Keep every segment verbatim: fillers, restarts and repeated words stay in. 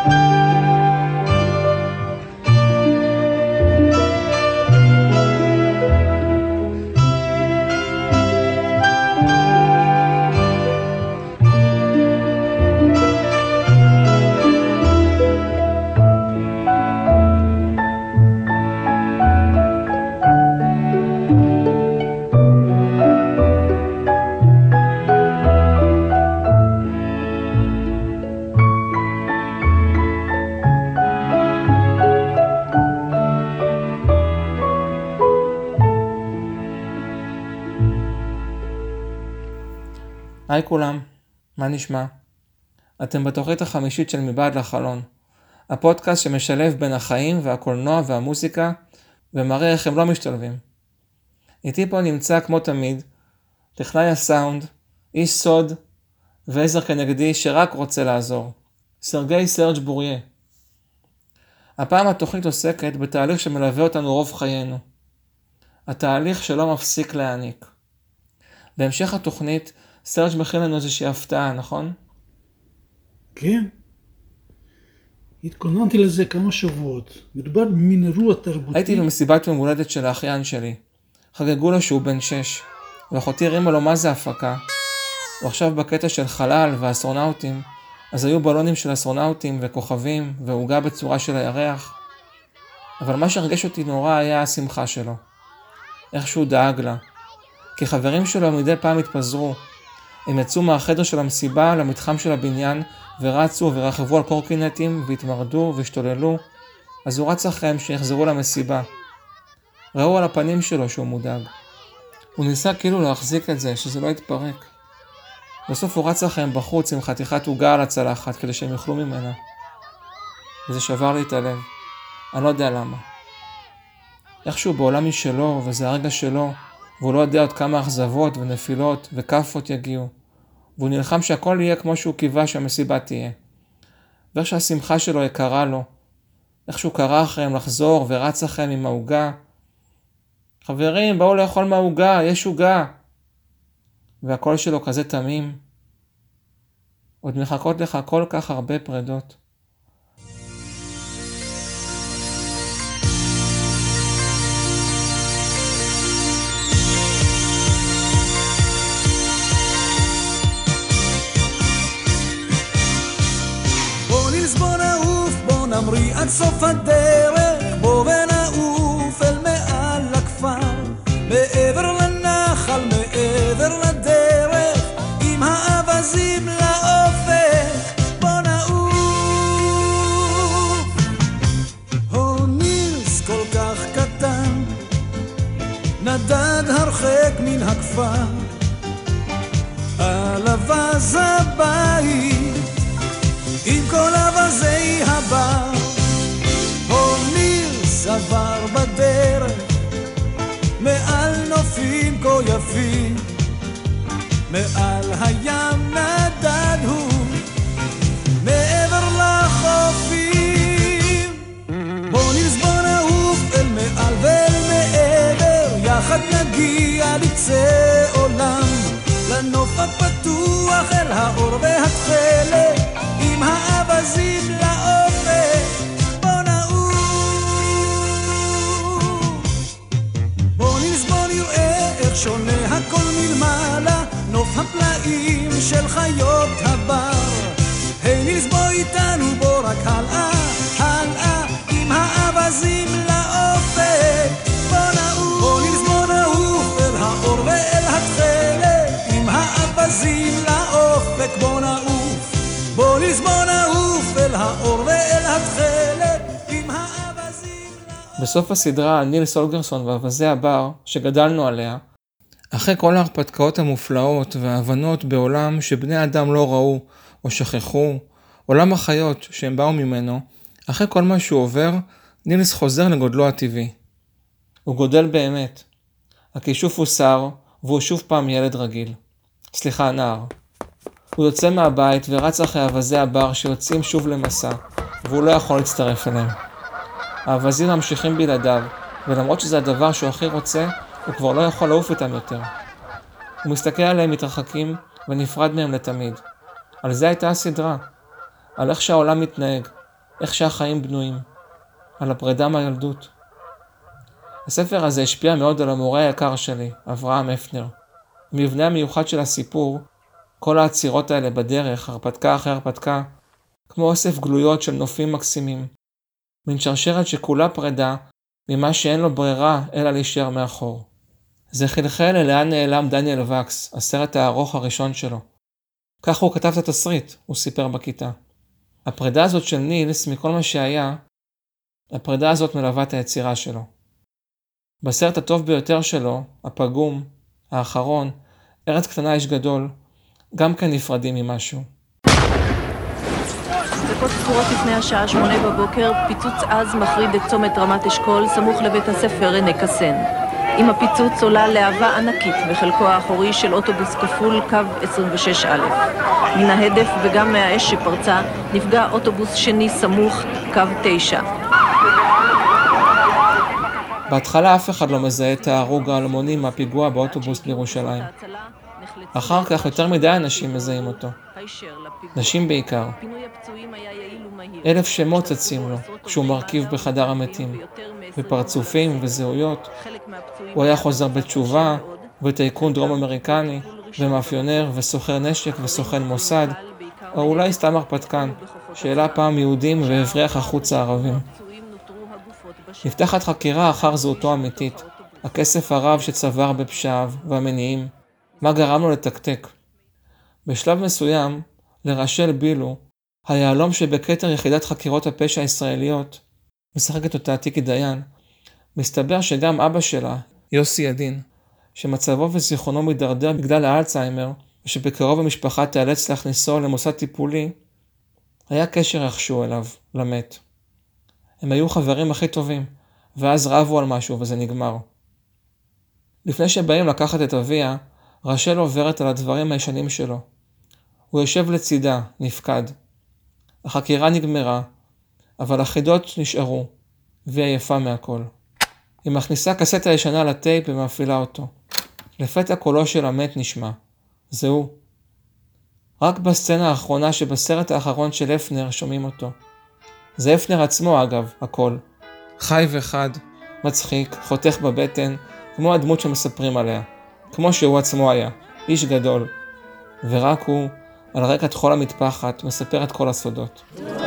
היי כולם, מה נשמע? אתם בתוכנית החמישית של מבעד לחלון, הפודקאסט שמשלב בין החיים והקולנוע והמוזיקה ומראה איך הם לא משתלבים. איתי פה נמצא כמו תמיד, טכנאי הסאונד, איש סוד ועזר כנגדי שרק רוצה לעזור, סרגי סרג' בוריה. הפעם התוכנית עוסקת בתהליך שמלווה אותנו רוב חיינו, התהליך שלא מפסיק להעניק. בהמשך התוכנית, סרג' מכין לנו איזושהי הפתעה, נכון? כן. התכוננתי לזה כמה שבועות. מדובר במין אירוע תרבותי. הייתי במסיבת יום הולדת של האחיין שלי. חגגו לו שהוא בן שש. ואחותי הרימה לו מה זה הפקה. הוא עכשיו בקטע של חלל ואסטרונאוטים. אז היו בלונים של אסטרונאוטים וכוכבים ועוגה בצורה של הירח. אבל מה שהרגש אותי נורא היה השמחה שלו. איך שהוא דאג לה. כי חברים שלו מדי פעם התפזרו. הם יצאו מהחדר של המסיבה למתחם של הבניין ורצו ורחבו על קורקינטים והתמרדו והשתוללו. אז הוא רץ אחריהם שיחזרו למסיבה. ראו על הפנים שלו שהוא מודאג. הוא ניסה כאילו להחזיק את זה, שזה לא יתפרק. בסוף הוא רץ אחריהם בחוץ עם חתיכת עוגה על הצלחת כדי שהם יאכלו ממנה. וזה שבר לי את הלב. אני לא יודע למה. איכשהו בעולם משלו וזה הרגע שלו, והוא לא יודע עוד כמה אכזבות ונפילות וכפות יגיעו. והוא נלחם שהכל יהיה כמו שהוא קיווה שהמסיבה תהיה. ואיך שהשמחה שלו יקרה לו. איך שהוא קרא אחריהם לחזור ורץ אחריהם עם העוגה. חברים, באו לאכול מהעוגה, יש עוגה. והקול שלו כזה תמים. עוד מחכות לך כל כך הרבה פרדות. נמריא עד סוף הדרך, בוא ונעוף אל מעל לכפר, מעבר לנחל, מעבר לדרך, עם האבזים לאופק, בוא נעוף. הו נילס כל כך קטן, נדד הרחק מן הכפר, על אבז הבית, עם כל אבזי הבר, הו נילס עבר בדרך, מעל נופים כה יפים, מעל הים נדד הוא, מעבר לחופים. בוא נילס בוא נעוף אל מעל ואל מעבר, יחד נגיע לקצה עולם, לנוף הפתוח אל האור והתכלת, עם האבזים לאופק, בוא נעוף. בוא נילס בוא נראה איך שונה הכל מלמעלה, נוף הפלאים של חיות הבר. היי נילס בוא איתנו, בוא רק הלאה, הלאה, עם האבזים לאופק, בוא נעוף. בוא נילס בוא נעוף אל האור ואל התכלת, עם האבזים לאופק, בוא נעוף. בוא נילס בוא נעוף אל האור ואל התכלת, עם האבזים לאופק. בסוף הסדרה על נילס הולגרסון ואבזי הבר שגדלנו עליה, אחרי כל ההרפתקאות המופלאות וההבנות בעולם שבני אדם לא ראו או שכחו, עולם החיות שהם באו ממנו, אחרי כל מה שהוא עובר, נילס חוזר לגודלו הטבעי. הוא גודל באמת. הכישוף הוא שר, והוא שוב פעם ילד רגיל. סליחה, נער. הוא יוצא מהבית ורץ אחרי אבזי הבר שיוצאים שוב למסע, והוא לא יכול להצטרף אליהם. האבזים ממשיכים בלעדיו, ולמרות שזה הדבר שהוא הכי רוצה, הוא כבר לא יכול לעוף איתם יותר. הוא מסתכל עליהם מתרחקים ונפרד מהם לתמיד. על זה הייתה הסדרה. על איך שהעולם מתנהג. איך שהחיים בנויים, על הפרידה מהילדות. הספר הזה השפיע מאוד על המורה היקר שלי, אברהם אפנר. המבנה המיוחד של הסיפור, כל העצירות האלה בדרך, הרפתקה אחרי הרפתקה, כמו אוסף גלויות של נופים מקסימים. מין שרשרת שכולה פרידה ממה שאין לו ברירה אלא להישאר מאחור. זה חלחל לאן נעלם דניאל וקס, הסרט הארוך הראשון שלו. כך הוא כתב את התסריט, הוא סיפר בכיתה. הפרידה הזאת של נילס מכל מה שהיה, הפרידה הזאת מלווה את היצירה שלו. בסרט הטוב ביותר שלו, הפגום, האחרון, ארץ קטנה איש גדול, גם כן נפרדים ממשהו. דקות ספורות לפני השעה שמונה בבוקר, פיצוץ עז מחריד את צומת רמת אשכול, סמוך לבית הספר עמק הסן. עם הפיצוץ עולה להבה ענקית בחלקו האחורי של אוטובוס כפול קו עשרים ושש א'. מן ההדף וגם מהאש שפרצה נפגע אוטובוס שני סמוך קו תשע. בהתחלה אף אחד לא מזהה את ההרוג האלמוני מהפיגוע באוטובוס בירושלים. אחר כך יותר מדי אנשים מזהים אותו. נשים בעיקר. אלף שמות צצים לו כשהוא מרכיב בחדר המתים, ופרצופים וזהויות. הוא היה חוזר בתשובה, וטייקון דרום אמריקני, ומאפיונר וסוחר נשק וסוכן מוסד, או אולי סתם הרפתקן, שאלה פעם יהודים והבריח החוץ הערבים. נפתחת חקירה אחר זהותו אמיתית, הכסף הרב שצבר בפשעיו והמניעים, מה גרם לו לתקתק. בשלב מסוים, לרשל בילו, היעלום שבכתר יחידת חקירות הפשע הישראליות, משחקת אותה תיקי דיין, מסתבר שגם אבא שלה, יוסי ידין, שמצבו וזיכרונו מדרדר בגלל האלצהיימר, ושבקרוב המשפחה תיאלץ להכניסו למוסד טיפולי, היה קשר איכשהו אליו, למת. הם היו חברים הכי טובים, ואז רבו על משהו וזה נגמר. לפני שבאים לקחת את אביה, רשל עוברת על הדברים הישנים שלו. הוא יושב לצידה, נפקד. החקירה נגמרה, אבל החידות נשארו, והיא עייפה מהכל. היא מכניסה קסטה ישנה לטייפ ומפעילה אותו. לפתע קולו של המת נשמע. זהו. רק בסצנה האחרונה שבסרט האחרון של אפנר שומעים אותו. זה אפנר עצמו אגב, הכל. חי וחד, מצחיק, חותך בבטן, כמו הדמות שמספרים עליה. כמו שהוא עצמו היה, איש גדול. ורק הוא, על רקע חול המטפחת, מספר את כל הסודות.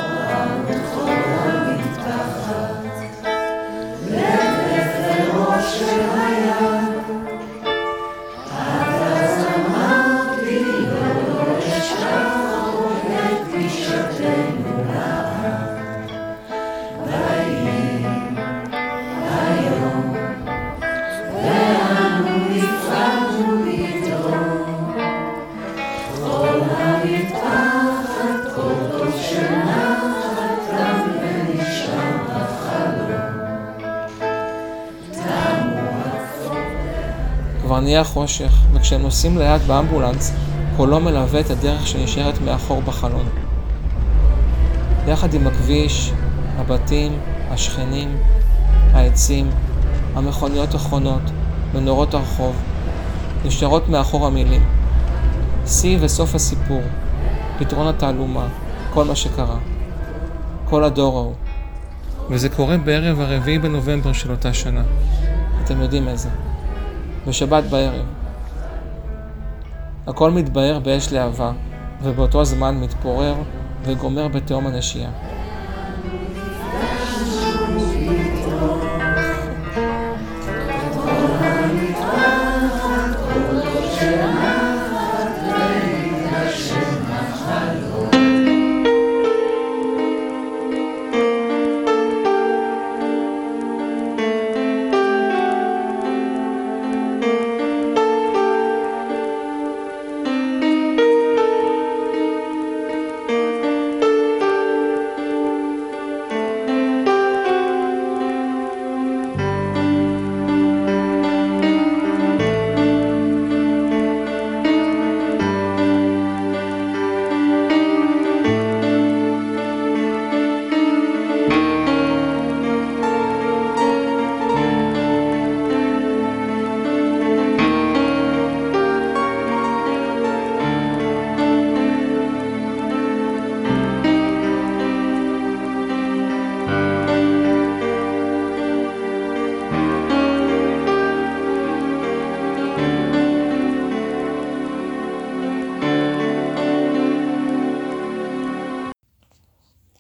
כבר נהיה חושך, וכשהם נוסעים ליד באמבולנס, קולו מלווה את הדרך שנשארת מאחור בחלון. יחד עם הכביש, הבתים, השכנים, העצים, המכוניות החונות, מנורות הרחוב, נשארות מאחור המילים. שיא וסוף הסיפור, פתרון התעלומה, כל מה שקרה. כל הדור ההוא. וזה קורה בערב הרביעי בנובמבר של אותה שנה. אתם יודעים איזה. בשבת בערב. הכל מתבהר באש להבה, ובאותו זמן מתפורר וגומר בתהום הנשייה.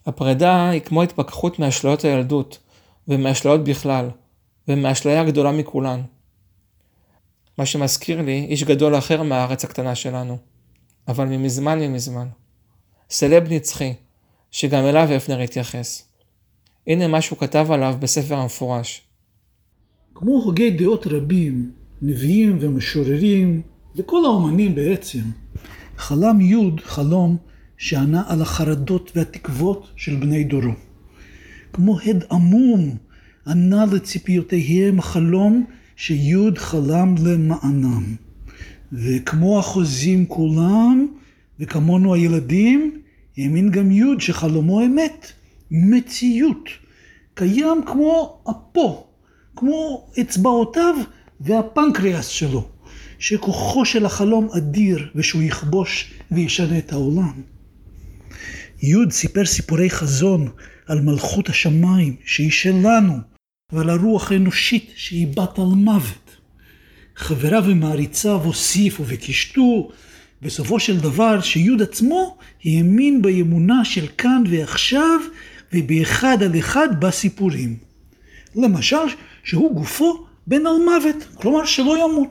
הפרידה היא כמו התפכחות מאשליות הילדות, ומאשליות בכלל, ומאשליה הגדולה מכולן. מה שמזכיר לי איש גדול אחר מהארץ הקטנה שלנו, אבל ממזמן ממזמן. סלב נצחי, שגם אליו הפנר התייחס. הנה מה שהוא כתב עליו בספר המפורש. כמו הוגי דעות רבים, נביאים ומשוררים, וכל האומנים בעצם, חלם יוד חלום שענה על החרדות והתקוות של בני דורו. כמו הד עמום ענה לציפיותיהם החלום שיוד חלם למענם. וכמו החוזים כולם, וכמונו הילדים, האמין גם יוד שחלומו אמת, מציאות. קיים כמו אפו, כמו אצבעותיו והפנקריאס שלו, שכוחו של החלום אדיר ושהוא יכבוש וישנה את העולם. יוד סיפר סיפורי חזון על מלכות השמיים שהיא שלנו, ועל הרוח האנושית שהיא בת על מוות. חבריו ומעריציו הוסיפו וקשטו, בסופו של דבר שיוד עצמו האמין באמונה של כאן ועכשיו ובאחד על אחד בסיפורים. למשל שהוא גופו בן על מוות, כלומר שלא ימות.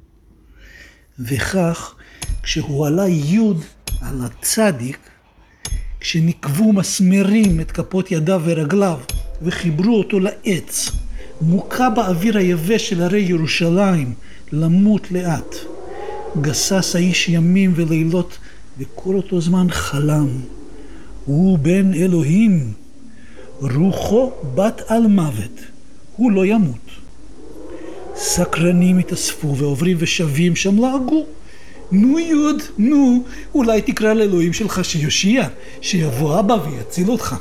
וכך כשהוא עלה יוד על הצדיק, כשנקבו מסמרים את כפות ידיו ורגליו וחיברו אותו לעץ, מוקע באוויר היבש של הרי ירושלים, למות לאט. גסס האיש ימים ולילות, וכל אותו זמן חלם. הוא בן אלוהים, רוחו בת על מוות, הוא לא ימות. סקרנים התאספו ועוברים ושבים שם לעגו. נו יוד, נו, אולי תקרא לאלוהים שלך שיושיע, שיבוא אבא ויציל אותך.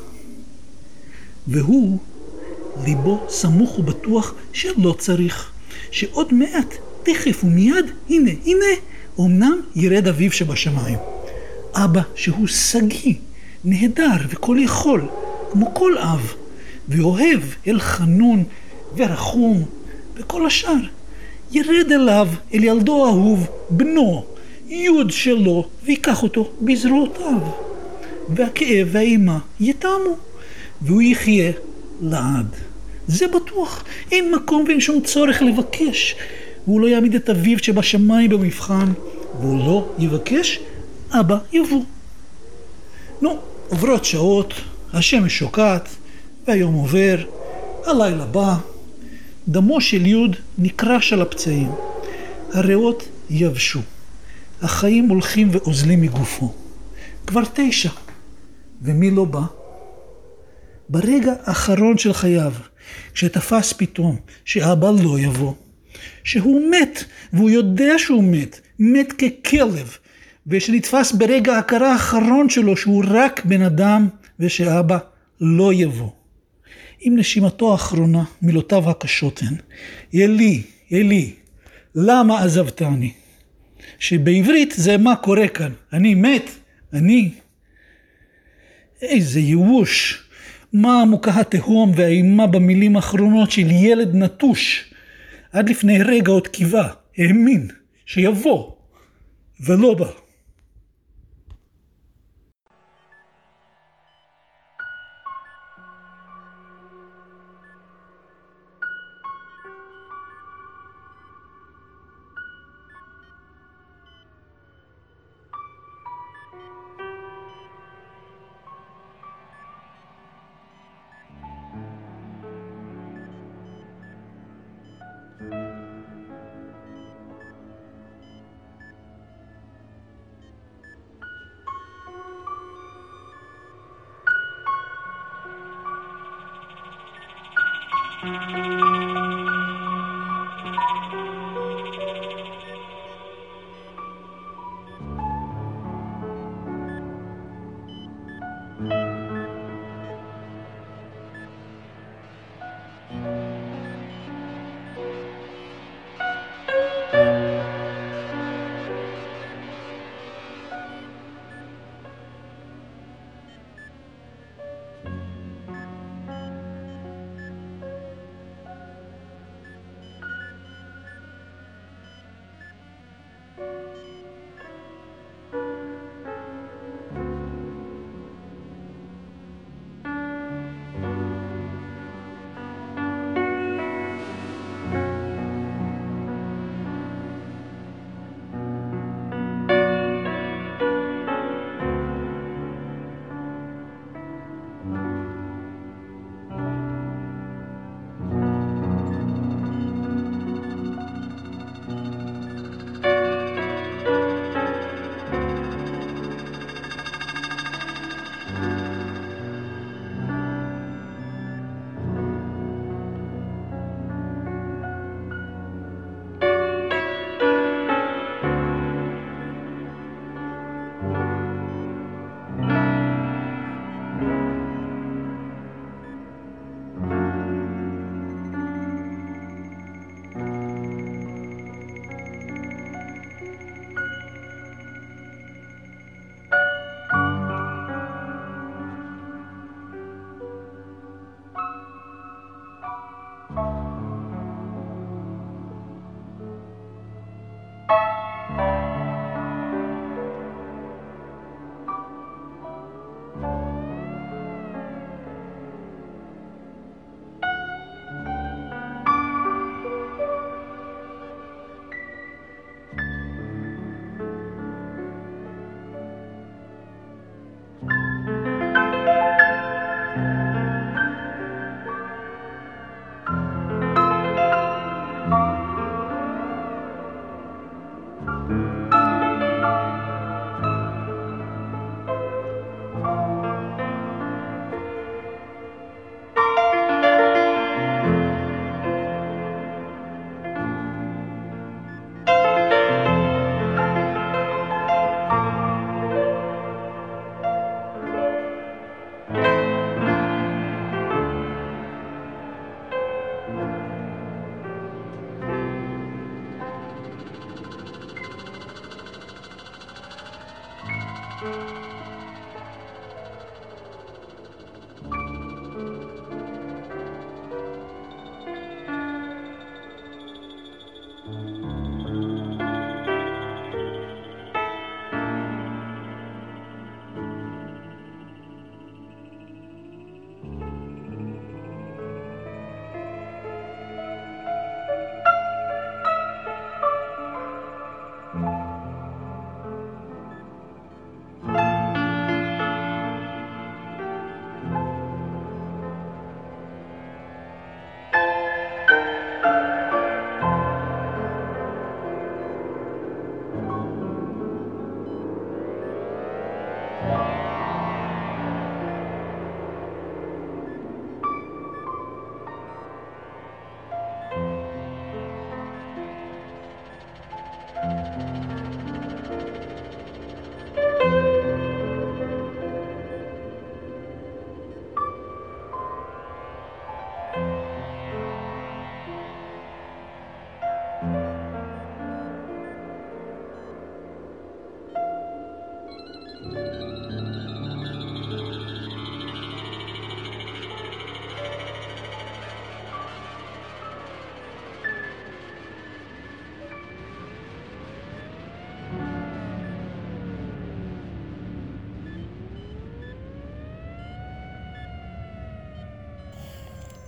והוא, ליבו סמוך ובטוח שלא צריך, שעוד מעט, תכף ומיד, הנה, הנה, אמנם ירד אביו שבשמיים. אבא שהוא סגי, נהדר וכל יכול, כמו כל אב, ואוהב אל חנון ורחום, וכל השאר. ירד אליו, אל ילדו האהוב, בנו, יוד שלו, ויקח אותו בזרועותיו. והכאב והאימה יתאמו, והוא יחיה לעד. זה בטוח, אין מקום ואין שום צורך לבקש. והוא לא יעמיד את אביו שבשמיים במבחן, והוא לא יבקש, אבא יבוא. נו, עוברות שעות, השמש שוקעת, והיום עובר, הלילה בא, דמו של יוד נקרש על הפצעים, הריאות יבשו, החיים הולכים ואוזלים מגופו. כבר תשע, ומי לא בא? ברגע האחרון של חייו, כשתפס פתאום שאבא לא יבוא, שהוא מת, והוא יודע שהוא מת, מת ככלב, ושנתפס ברגע ההכרה האחרון שלו שהוא רק בן אדם, ושאבא לא יבוא. עם נשימתו האחרונה, מילותיו הקשות הן, אלי, אלי, למה עזבתני? שבעברית זה מה קורה כאן, אני מת, אני. איזה ייאוש, מה עמוקה התהום והאימה במילים האחרונות של ילד נטוש. עד לפני רגע עוד קיווה, האמין, שיבוא, ולא בא.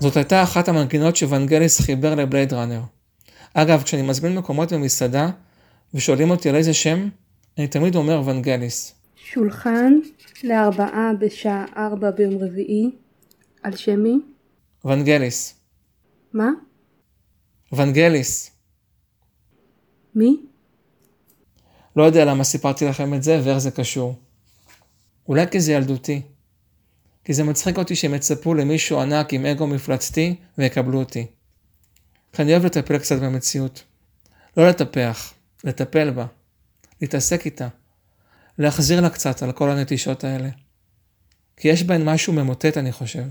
זאת הייתה אחת המנגינות שוונגליס חיבר לבלייד ראנר. אגב, כשאני מזמין מקומות במסעדה ושואלים אותי על איזה שם, אני תמיד אומר ונגליס. שולחן לארבעה בשעה ארבע ביום רביעי, על שמי? ונגליס. מה? ונגליס. מי? לא יודע למה סיפרתי לכם את זה ואיך זה קשור. אולי כי זה ילדותי. כי זה מצחיק אותי שהם יצפו למישהו ענק עם אגו מפלצתי ויקבלו אותי. כי אני אוהב לטפל קצת במציאות. לא לטפח, לטפל בה. להתעסק איתה. להחזיר לה קצת על כל הנטישות האלה. כי יש בהן משהו ממוטט, אני חושב.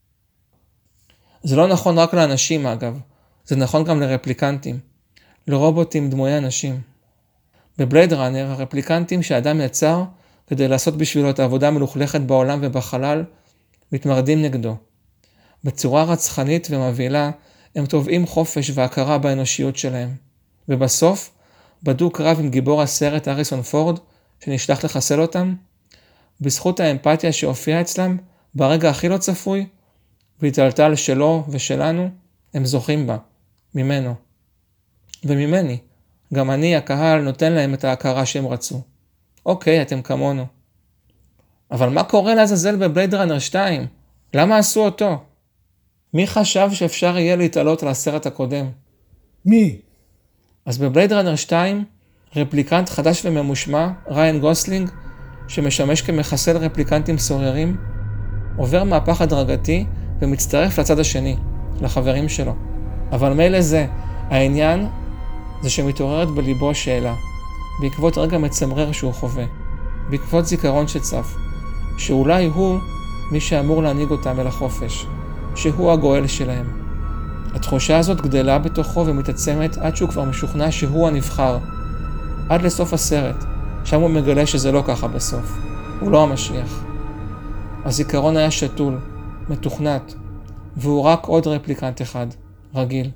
זה לא נכון רק לאנשים, אגב. זה נכון גם לרפליקנטים. לרובוטים דמויי אנשים. בבלייד ראנר, הרפליקנטים שהאדם יצר כדי לעשות בשבילו את העבודה המלוכלכת בעולם ובחלל, מתמרדים נגדו. בצורה רצחנית ומבהילה, הם תובעים חופש והכרה באנושיות שלהם. ובסוף, בדוק קרב עם גיבור הסרט אריסון פורד, שנשלח לחסל אותם, בזכות האמפתיה שהופיעה אצלם, ברגע הכי לא צפוי, והתעלתה שלו ושלנו, הם זוכים בה, ממנו. וממני, גם אני, הקהל, נותן להם את ההכרה שהם רצו. אוקיי, אתם כמונו. אבל מה קורה לעזאזל בבלייד ראנר שתיים? למה עשו אותו? מי חשב שאפשר יהיה להתעלות על הסרט הקודם? מי? אז בבלייד ראנר שתיים, רפליקנט חדש וממושמע, ריין גוסלינג, שמשמש כמחסל רפליקנטים סוררים, עובר מהפך הדרגתי ומצטרף לצד השני, לחברים שלו. אבל מילא זה, העניין זה שמתעוררת בליבו שאלה, בעקבות רגע מצמרר שהוא חווה, בעקבות זיכרון שצף, שאולי הוא מי שאמור להנהיג אותם אל החופש, שהוא הגואל שלהם. התחושה הזאת גדלה בתוכו ומתעצמת עד שהוא כבר משוכנע שהוא הנבחר, עד לסוף הסרט, שם הוא מגלה שזה לא ככה בסוף, הוא לא המשיח. הזיכרון היה שתול, מתוכנת, והוא רק עוד רפליקנט אחד, רגיל.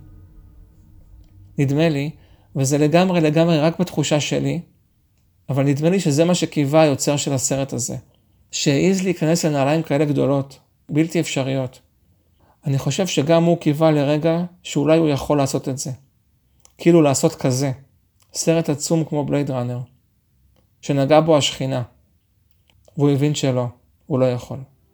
נדמה לי, וזה לגמרי לגמרי רק בתחושה שלי, אבל נדמה לי שזה מה שקיווה היוצר של הסרט הזה, שהעיז להיכנס לנעליים כאלה גדולות, בלתי אפשריות. אני חושב שגם הוא קיווה לרגע שאולי הוא יכול לעשות את זה. כאילו לעשות כזה, סרט עצום כמו בלייד ראנר, שנגע בו השכינה, והוא הבין שלא, הוא לא יכול.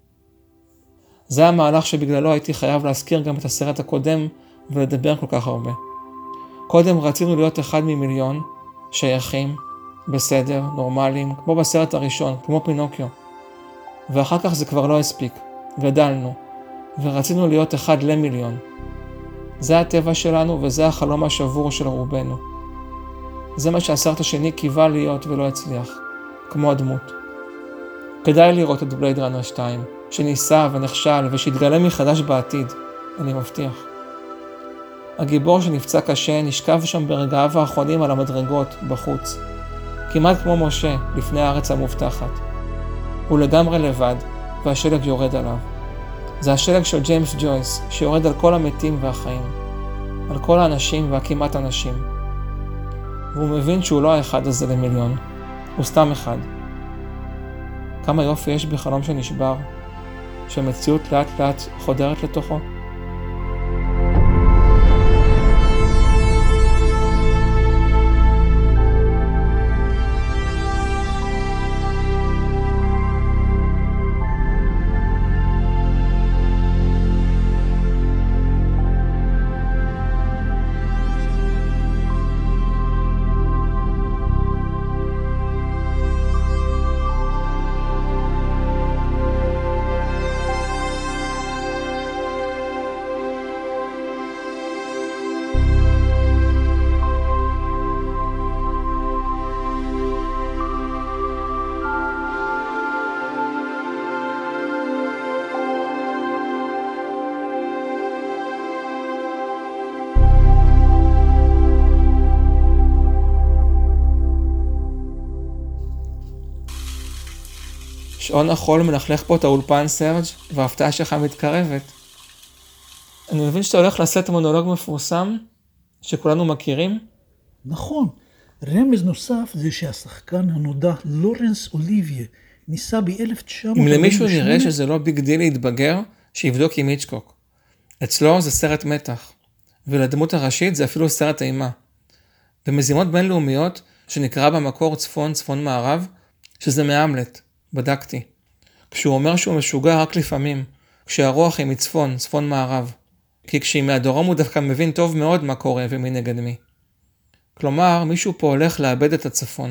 זה המהלך שבגללו הייתי חייב להזכיר גם את הסרט הקודם ולדבר כל כך הרבה. קודם רצינו להיות אחד ממיליון, שייכים, בסדר, נורמליים, כמו בסרט הראשון, כמו פינוקיו. ואחר כך זה כבר לא הספיק, גדלנו, ורצינו להיות אחד למיליון. זה הטבע שלנו וזה החלום השבור של רובנו. זה מה שהסרט השני קיווה להיות ולא הצליח, כמו הדמות. כדאי לראות את בלייד ראנר שתיים, שניסה ונכשל ושהתגלה מחדש בעתיד, אני מבטיח. הגיבור שנפצע קשה נשכב שם ברגעיו האחרונים על המדרגות, בחוץ. כמעט כמו משה, לפני הארץ המובטחת. הוא לגמרי לבד, והשלג יורד עליו. זה השלג של ג'יימס ג'ויס, שיורד על כל המתים והחיים. על כל האנשים והכמעט אנשים. והוא מבין שהוא לא האחד הזה למיליון. הוא סתם אחד. כמה יופי יש בחלום שנשבר, שהמציאות לאט לאט חודרת לתוכו. שעון החול מלכלך פה את האולפן סרג' וההפתעה שלך מתקרבת. אני מבין שאתה הולך לשאת מונולוג מפורסם שכולנו מכירים? נכון. רמז נוסף זה שהשחקן הנודע לורנס אוליביה ניסה ב-אלף תשע מאות ארבעים ושמונה... אם למישהו נראה שזה לא ביג דיל להתבגר, שיבדוק עם היצ'קוק. אצלו זה סרט מתח, ולדמות הראשית זה אפילו סרט אימה. במזימות בינלאומיות, שנקרא במקור צפון צפון מערב, שזה מהמלט, בדקתי. כשהוא אומר שהוא משוגע רק לפעמים, כשהרוח היא מצפון, צפון מערב. כי כשהיא מהדרום הוא דווקא מבין טוב מאוד מה קורה ומי נגד מי. כלומר, מישהו פה הולך לאבד את הצפון.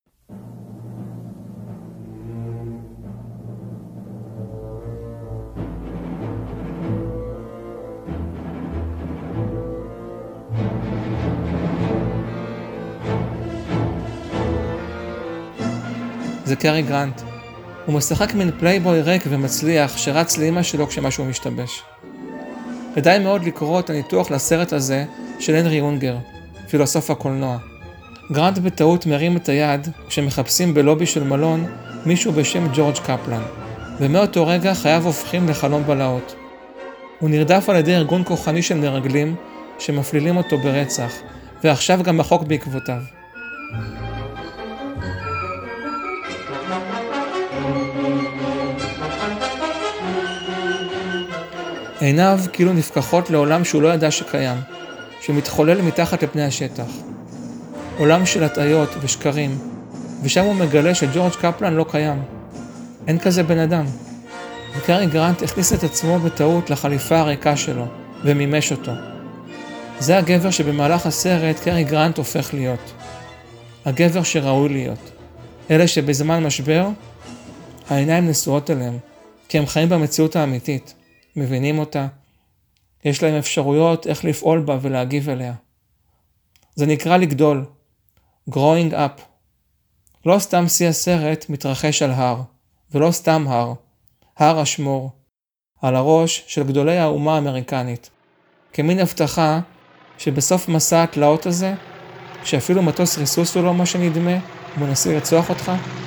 זה קרי גרנט. הוא משחק מין פלייבוי ריק ומצליח שרץ לאמא שלו כשמשהו משתבש. כדאי מאוד לקרוא את הניתוח לסרט הזה של הנרי אונגר, פילוסוף הקולנוע. גרנט בטעות מרים את היד כשמחפשים בלובי של מלון מישהו בשם ג'ורג' קפלן, ומאותו רגע חייו הופכים לחלום בלהות. הוא נרדף על ידי ארגון כוחני של מרגלים שמפלילים אותו ברצח, ועכשיו גם החוק בעקבותיו. עיניו כאילו נפקחות לעולם שהוא לא ידע שקיים, שמתחולל מתחת לפני השטח. עולם של הטעיות ושקרים, ושם הוא מגלה שג'ורג' קפלן לא קיים. אין כזה בן אדם. וקרי גרנט הכניס את עצמו בטעות לחליפה הריקה שלו, ומימש אותו. זה הגבר שבמהלך הסרט קרי גרנט הופך להיות. הגבר שראוי להיות. אלה שבזמן משבר, העיניים נשואות אליהם, כי הם חיים במציאות האמיתית. מבינים אותה, יש להם אפשרויות איך לפעול בה ולהגיב אליה. זה נקרא לגדול, growing up. לא סתם שיא הסרט מתרחש על הר, ולא סתם הר, הר אשמור, על הראש של גדולי האומה האמריקנית, כמין הבטחה שבסוף מסע התלאות הזה, שאפילו מטוס ריסוס הוא לא מה שנדמה, הוא מנסה לרצוח אותך,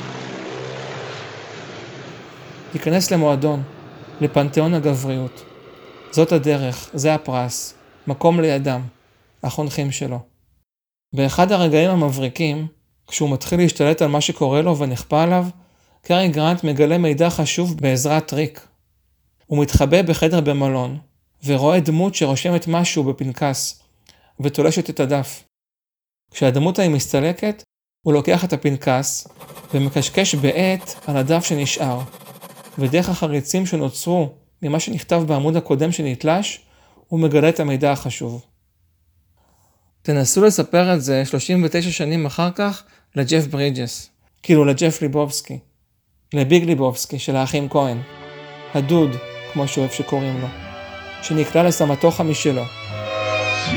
תיכנס למועדון, לפנתיאון הגבריות. זאת הדרך, זה הפרס, מקום לידם, החונכים שלו. באחד הרגעים המבריקים, כשהוא מתחיל להשתלט על מה שקורה לו ונכפה עליו, קרי גרנט מגלה מידע חשוב בעזרת טריק. הוא מתחבא בחדר במלון, ורואה דמות שרושמת משהו בפנקס, ותולשת את הדף. כשהדמות היא מסתלקת, הוא לוקח את הפנקס, ומקשקש בעט על הדף שנשאר. ודרך החריצים שנוצרו ממה שנכתב בעמוד הקודם שנתלש, הוא מגלה את המידע החשוב. תנסו לספר את זה שלושים ותשע שנים אחר כך לג'ף ברידג'ס, כאילו לג'ף ליבובסקי, לביג ליבובסקי של האחים כהן, הדוד, כמו שאוהב שקוראים לו, שנקלע לסמטוחה משלו. See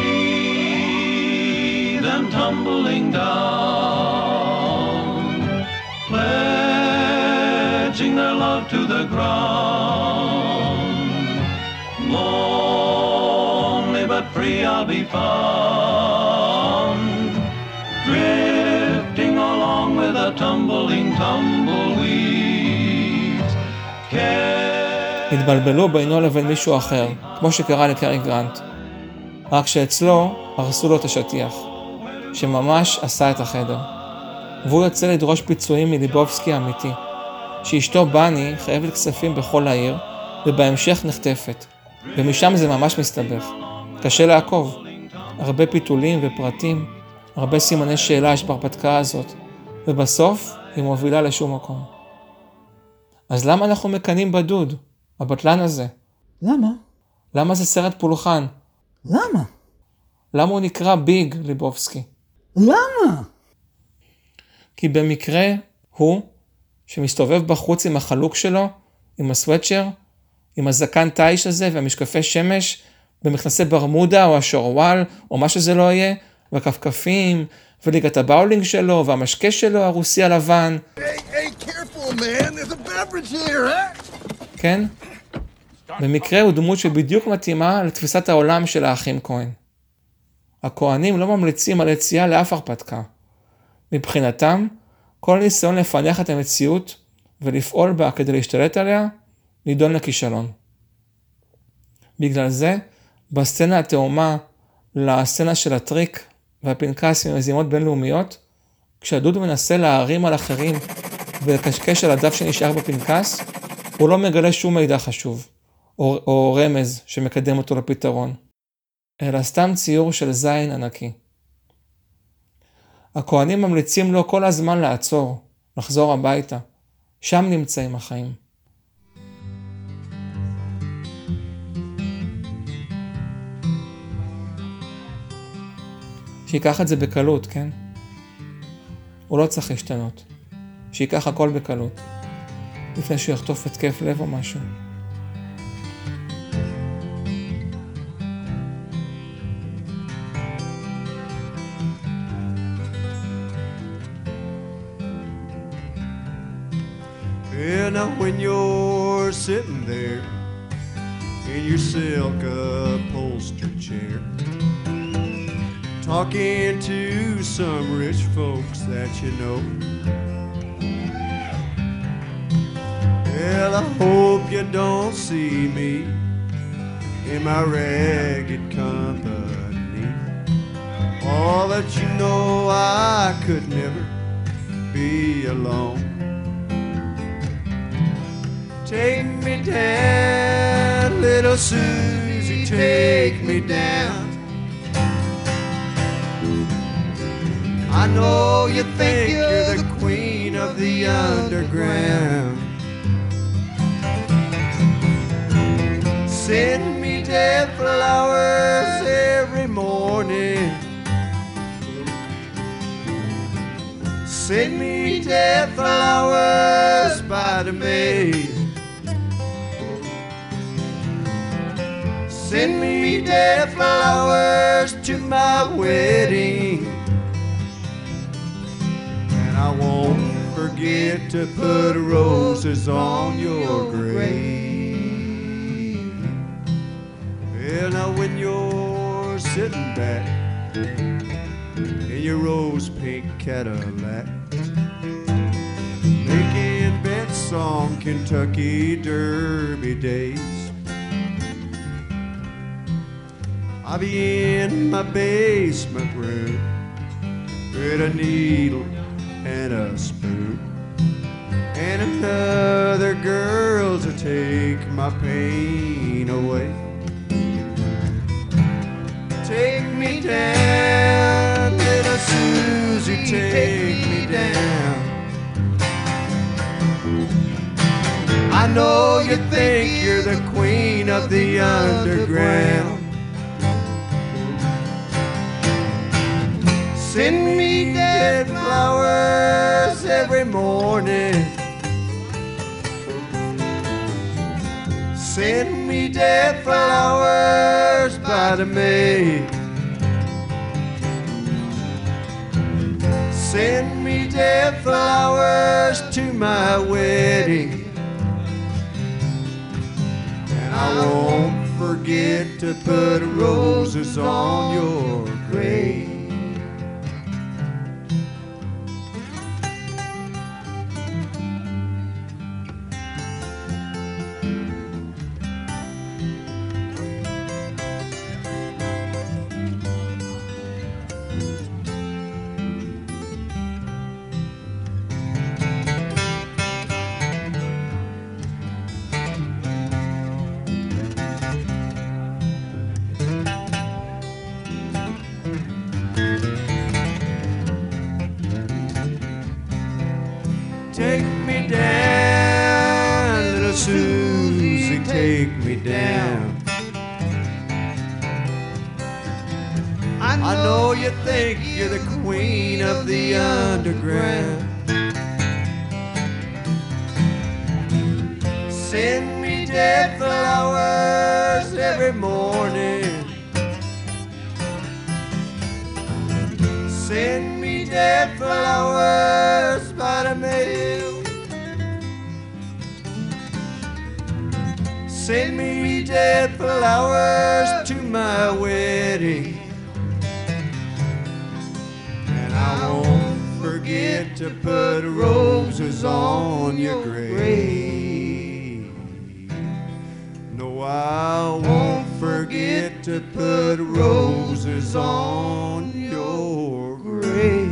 them tumbling down, pledging their love to the ground. Lonely but free I'll be found, drifting along with the tumbling tumbleweeds. התבלבלו בינו לבין מישהו אחר, כמו שקרה לקרי גרנט. רק שאצלו הרסו לו את השטיח, שממש עשה את החדר. והוא יוצא לדרוש פיצויים מליבובסקי האמיתי, שאשתו בני חייבת כספים בכל העיר, ובהמשך נחטפת. ומשם זה ממש מסתבך. קשה לעקוב. הרבה פיתולים ופרטים, הרבה סימני שאלה יש בהרפתקה הזאת, ובסוף היא מובילה לשום מקום. אז למה אנחנו מקנים בדוד, הבטלן הזה? למה? למה זה סרט פולחן? למה? למה הוא נקרא ביג ליבובסקי? למה? כי במקרה הוא, שמסתובב בחוץ עם החלוק שלו, עם הסוואצ'ר, עם הזקן טייש הזה והמשקפי שמש, במכנסי ברמודה או השורואל או מה שזה לא יהיה, והכפכפים, וליגת הבאולינג שלו והמשקה שלו הרוסי הלבן. Hey, hey, careful, man. There's a beverage here, huh? כן? במקרה הוא דמות שבדיוק מתאימה לתפיסת העולם של האחים כהן. הכהנים לא ממליצים על יציאה לאף הרפתקה. מבחינתם, כל ניסיון לפענח את המציאות ולפעול בה כדי להשתלט עליה, נידון לכישלון. בגלל זה, בסצנה התאומה לסצנה של הטריק והפנקס ממזימות בינלאומיות, כשהדוד מנסה להרים על אחרים ולקשקש על הדף שנשאר בפנקס, הוא לא מגלה שום מידע חשוב. או, או רמז שמקדם אותו לפתרון, אלא סתם ציור של זין ענקי. הכהנים ממליצים לו כל הזמן לעצור, לחזור הביתה. שם נמצאים החיים. שיקח את זה בקלות, כן? הוא לא צריך להשתנות. שיקח הכל בקלות. לפני שהוא יחטוף התקף לב או משהו. And now when you're sitting there in your silk upholstered chair, talking to some rich folks that you know, well, I hope you don't see me in my ragged company. All that you know, I could never be alone. Take me down, little Susie, take me down. I know you think you're the queen of the underground. Send me dead flowers every morning. Send me dead flowers by the maid. Send me dead flowers to my wedding. And I won't forget to put roses on your grave. Well, now when you're sitting back in your rose pink Cadillac, making bets on Kentucky Derby days, I'll be in my basement room with a needle and a spoon and another girl to take my pain away. Take me down, little Susie, take me down. I know you think you're the queen of the underground. Send me dead flowers every morning. Send me dead flowers by the maid. Send me dead flowers to my wedding. And I won't forget to put roses on your grave. Take me down, little Susie, take me down. I know you think you're the queen of the underground. Send me dead flowers every morning. Send me dead flowers by the mail. Send me dead flowers to my wedding. And I won't forget to put roses on your grave. No, I won't forget to put roses on your grave.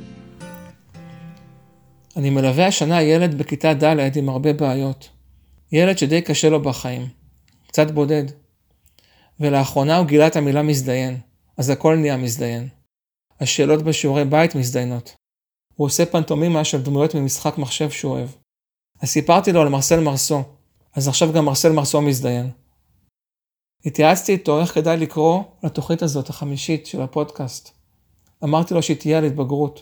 אני מלווה השנה ילד בכיתה ד' עם הרבה בעיות. ילד שדי קשה לו בחיים, קצת בודד. ולאחרונה הוא גילה את המילה מזדיין, אז הכל נהיה מזדיין. השאלות בשיעורי בית מזדיינות. הוא עושה פנטומימה של דמויות ממשחק מחשב שהוא אוהב. אז סיפרתי לו על מרסל מרסו, אז עכשיו גם מרסל מרסו מזדיין. התייעצתי איתו איך כדאי לקרוא לתוכנית הזאת, החמישית של הפודקאסט. אמרתי לו שהיא תהיה על התבגרות.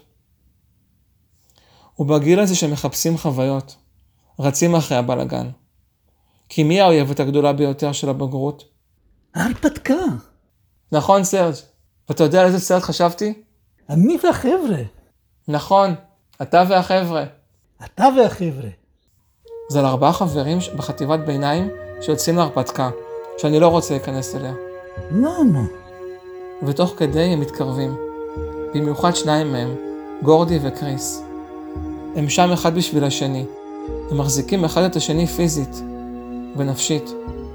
ובגיל הזה שמחפשים חוויות, רצים אחרי הבלגן. כי מי האויבת הגדולה ביותר של הבגרות? ההרפתקה. נכון, סרג'. ואתה יודע על איזה סרט חשבתי? אני והחבר'ה. נכון, אתה והחבר'ה. אתה והחבר'ה. זה על ארבעה חברים בחטיבת ביניים שיוצאים להרפתקה, שאני לא רוצה להיכנס אליה. למה? ותוך כדי הם מתקרבים. במיוחד שניים מהם, גורדי וקריס. הם שם אחד בשביל השני. הם מחזיקים אחד את השני פיזית ונפשית.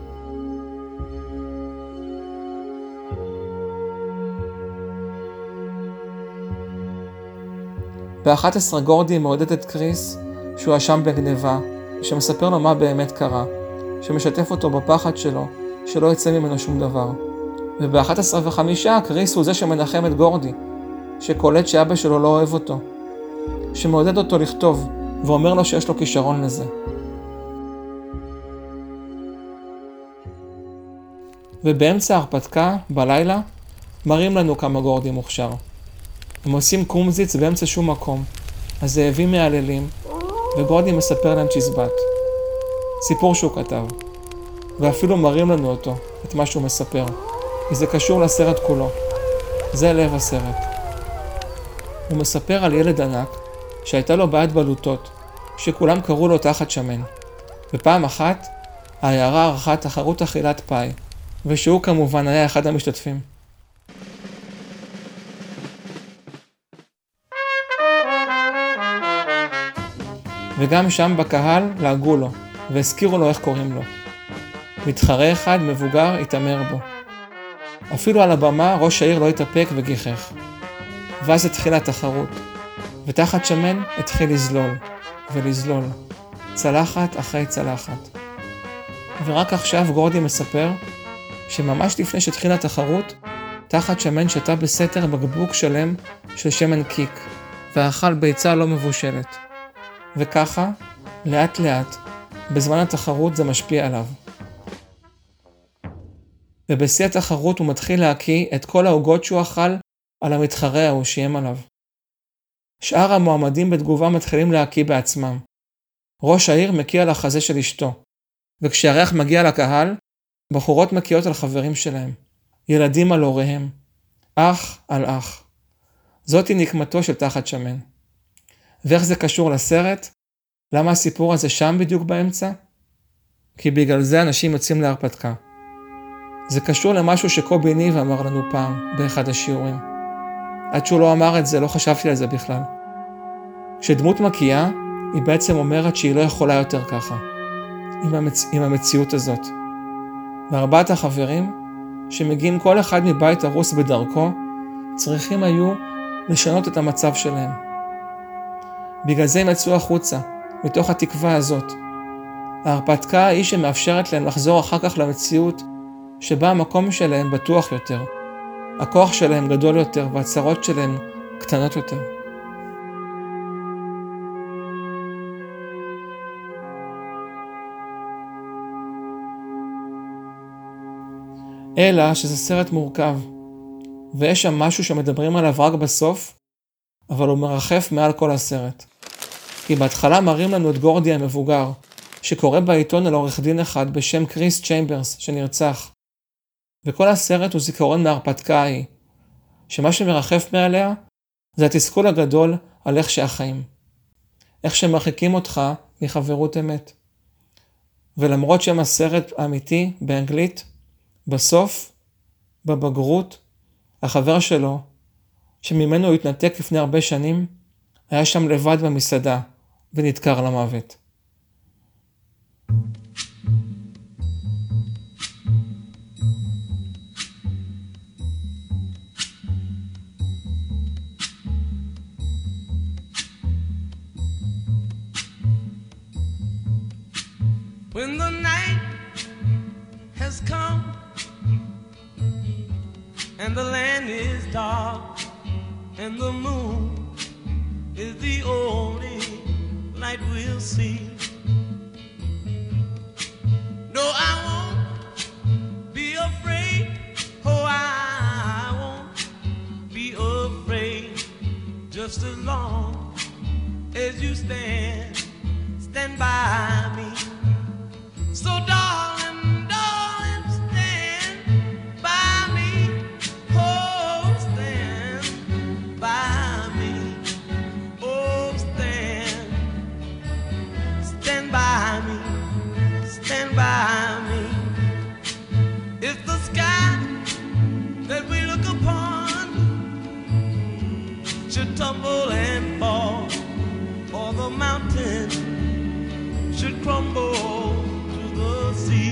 ב-אחת עשרה גורדי מעודד את קריס שהוא אשם בגניבה, שמספר לו מה באמת קרה, שמשתף אותו בפחד שלו, שלא יצא ממנו שום דבר. וב-אחת עשרה וחמישה קריס הוא זה שמנחם את גורדי, שקולט שאבא שלו לא אוהב אותו, שמעודד אותו לכתוב, ואומר לו שיש לו כישרון לזה. ובאמצע ההרפתקה, בלילה, מראים לנו כמה גורדי מוכשר. הם עושים קומזיץ באמצע שום מקום, הזאבים מעללים, וגורדי מספר להם צ'יזבט. סיפור שהוא כתב. ואפילו מראים לנו אותו, את מה שהוא מספר, כי זה קשור לסרט כולו. זה לב הסרט. הוא מספר על ילד ענק, שהייתה לו בעיית בלוטות, שכולם קראו לו תחת שמן. ופעם אחת, העיירה ערכה תחרות אכילת פאי, ושהוא כמובן היה אחד המשתתפים. וגם שם בקהל לעגו לו, והזכירו לו איך קוראים לו. מתחרה אחד מבוגר התאמר בו. אפילו על הבמה ראש העיר לא התאפק וגיחך. ואז התחילה התחרות, ותחת שמן התחיל לזלול, ולזלול, צלחת אחרי צלחת. ורק עכשיו גורדי מספר, שממש לפני שהתחילה התחרות, תחת שמן שתה בסתר בקבוק שלם של שמן קיק, ואכל ביצה לא מבושלת. וככה, לאט לאט, בזמן התחרות זה משפיע עליו. ובשיא התחרות הוא מתחיל להקיא את כל העוגות שהוא אכל על המתחרה ההוא שיים עליו. שאר המועמדים בתגובה מתחילים להקיא בעצמם. ראש העיר מקיא על החזה של אשתו, וכשהריח מגיע לקהל, בחורות מקיות על חברים שלהם, ילדים על הוריהם, אח על אח. זאתי נקמתו של תחת שמן. ואיך זה קשור לסרט? למה הסיפור הזה שם בדיוק באמצע? כי בגלל זה אנשים יוצאים להרפתקה. זה קשור למשהו שקובי ניב אמר לנו פעם באחד השיעורים. עד שהוא לא אמר את זה, לא חשבתי על זה בכלל. כשדמות מקיאה, היא בעצם אומרת שהיא לא יכולה יותר ככה, עם, המצ... עם המציאות הזאת. וארבעת החברים, שמגיעים כל אחד מבית הרוס בדרכו, צריכים היו לשנות את המצב שלהם. בגלל זה הם יצאו החוצה, מתוך התקווה הזאת. ההרפתקה היא שמאפשרת להם לחזור אחר כך למציאות, שבה המקום שלהם בטוח יותר. הכוח שלהם גדול יותר, והצרות שלהם קטנות יותר. אלא שזה סרט מורכב, ויש שם משהו שמדברים עליו רק בסוף, אבל הוא מרחף מעל כל הסרט. כי בהתחלה מראים לנו את גורדי המבוגר, שקורא בעיתון על עורך דין אחד בשם קריס צ'יימברס, שנרצח. וכל הסרט הוא זיכרון מההרפתקה ההיא, שמה שמרחף מעליה זה התסכול הגדול על איך שהחיים. איך שמרחיקים אותך מחברות אמת. ולמרות שם הסרט האמיתי באנגלית, בסוף, בבגרות, החבר שלו, שממנו הוא התנתק לפני הרבה שנים, היה שם לבד במסעדה ונדקר למוות. When the and the land is dark, and the moon is the only light we'll see. No, I won't be afraid. Oh, I won't be afraid. Just as long as you stand, stand by me. So darling, darling, stand by me. Oh, stand by me. Oh, stand, stand by me. Stand by me. It's the sky that we look upon should tumble and fall, or the mountain should crumble to the sea.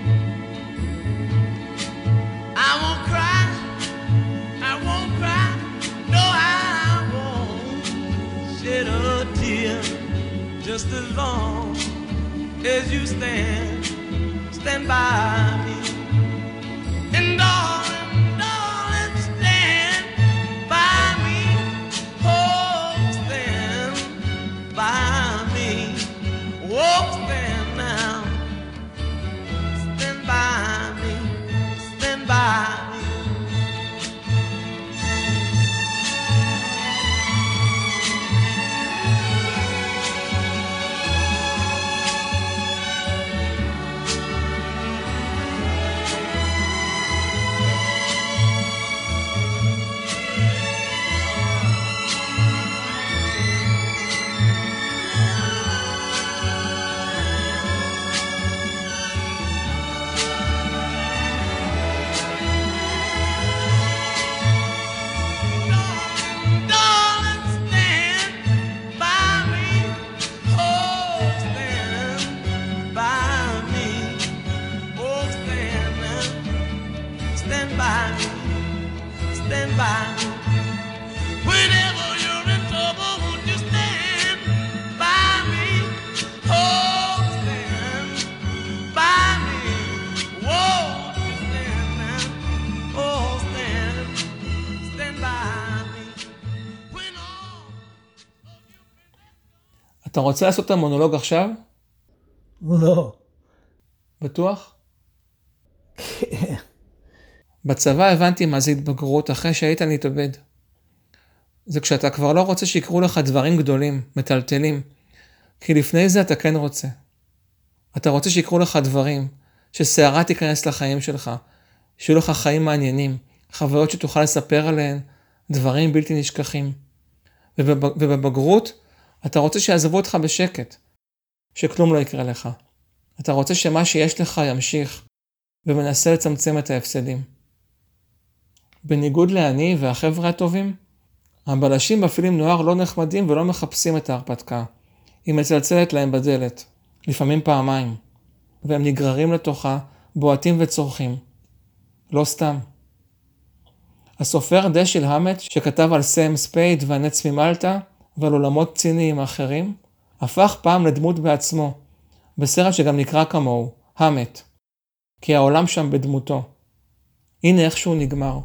I won't cry, I won't cry, no, I won't shed a tear, just as long as you stand, stand by me. And darling, darling, stand by me. Oh, stand by me. Oh, stand now. Stand by me. Stand by me. אתה רוצה לעשות את המונולוג עכשיו? לא. בטוח? בצבא הבנתי מה זה התבגרות אחרי שהיית להתאבד. זה כשאתה כבר לא רוצה שיקרו לך דברים גדולים, מטלטלים, כי לפני זה אתה כן רוצה. אתה רוצה שיקרו לך דברים, שסערה תיכנס לחיים שלך, שיהיו לך חיים מעניינים, חוויות שתוכל לספר עליהן, דברים בלתי נשכחים. ובב... ובבגרות, אתה רוצה שיעזבו אותך בשקט, שכלום לא יקרה לך. אתה רוצה שמה שיש לך ימשיך, ומנסה לצמצם את ההפסדים. בניגוד לעני והחבר'ה הטובים, הבלשים בפילם נוער לא נחמדים ולא מחפשים את ההרפתקה. היא מצלצלת להם בדלת, לפעמים פעמיים, והם נגררים לתוכה, בועטים וצורכים. לא סתם. הסופר דשיל המט, שכתב על סם ספייד והנץ ממלטה, ועל עולמות ציניים אחרים, הפך פעם לדמות בעצמו, בסרט שגם נקרא כמוהו, המט, כי העולם שם בדמותו. הנה איך שהוא נגמר.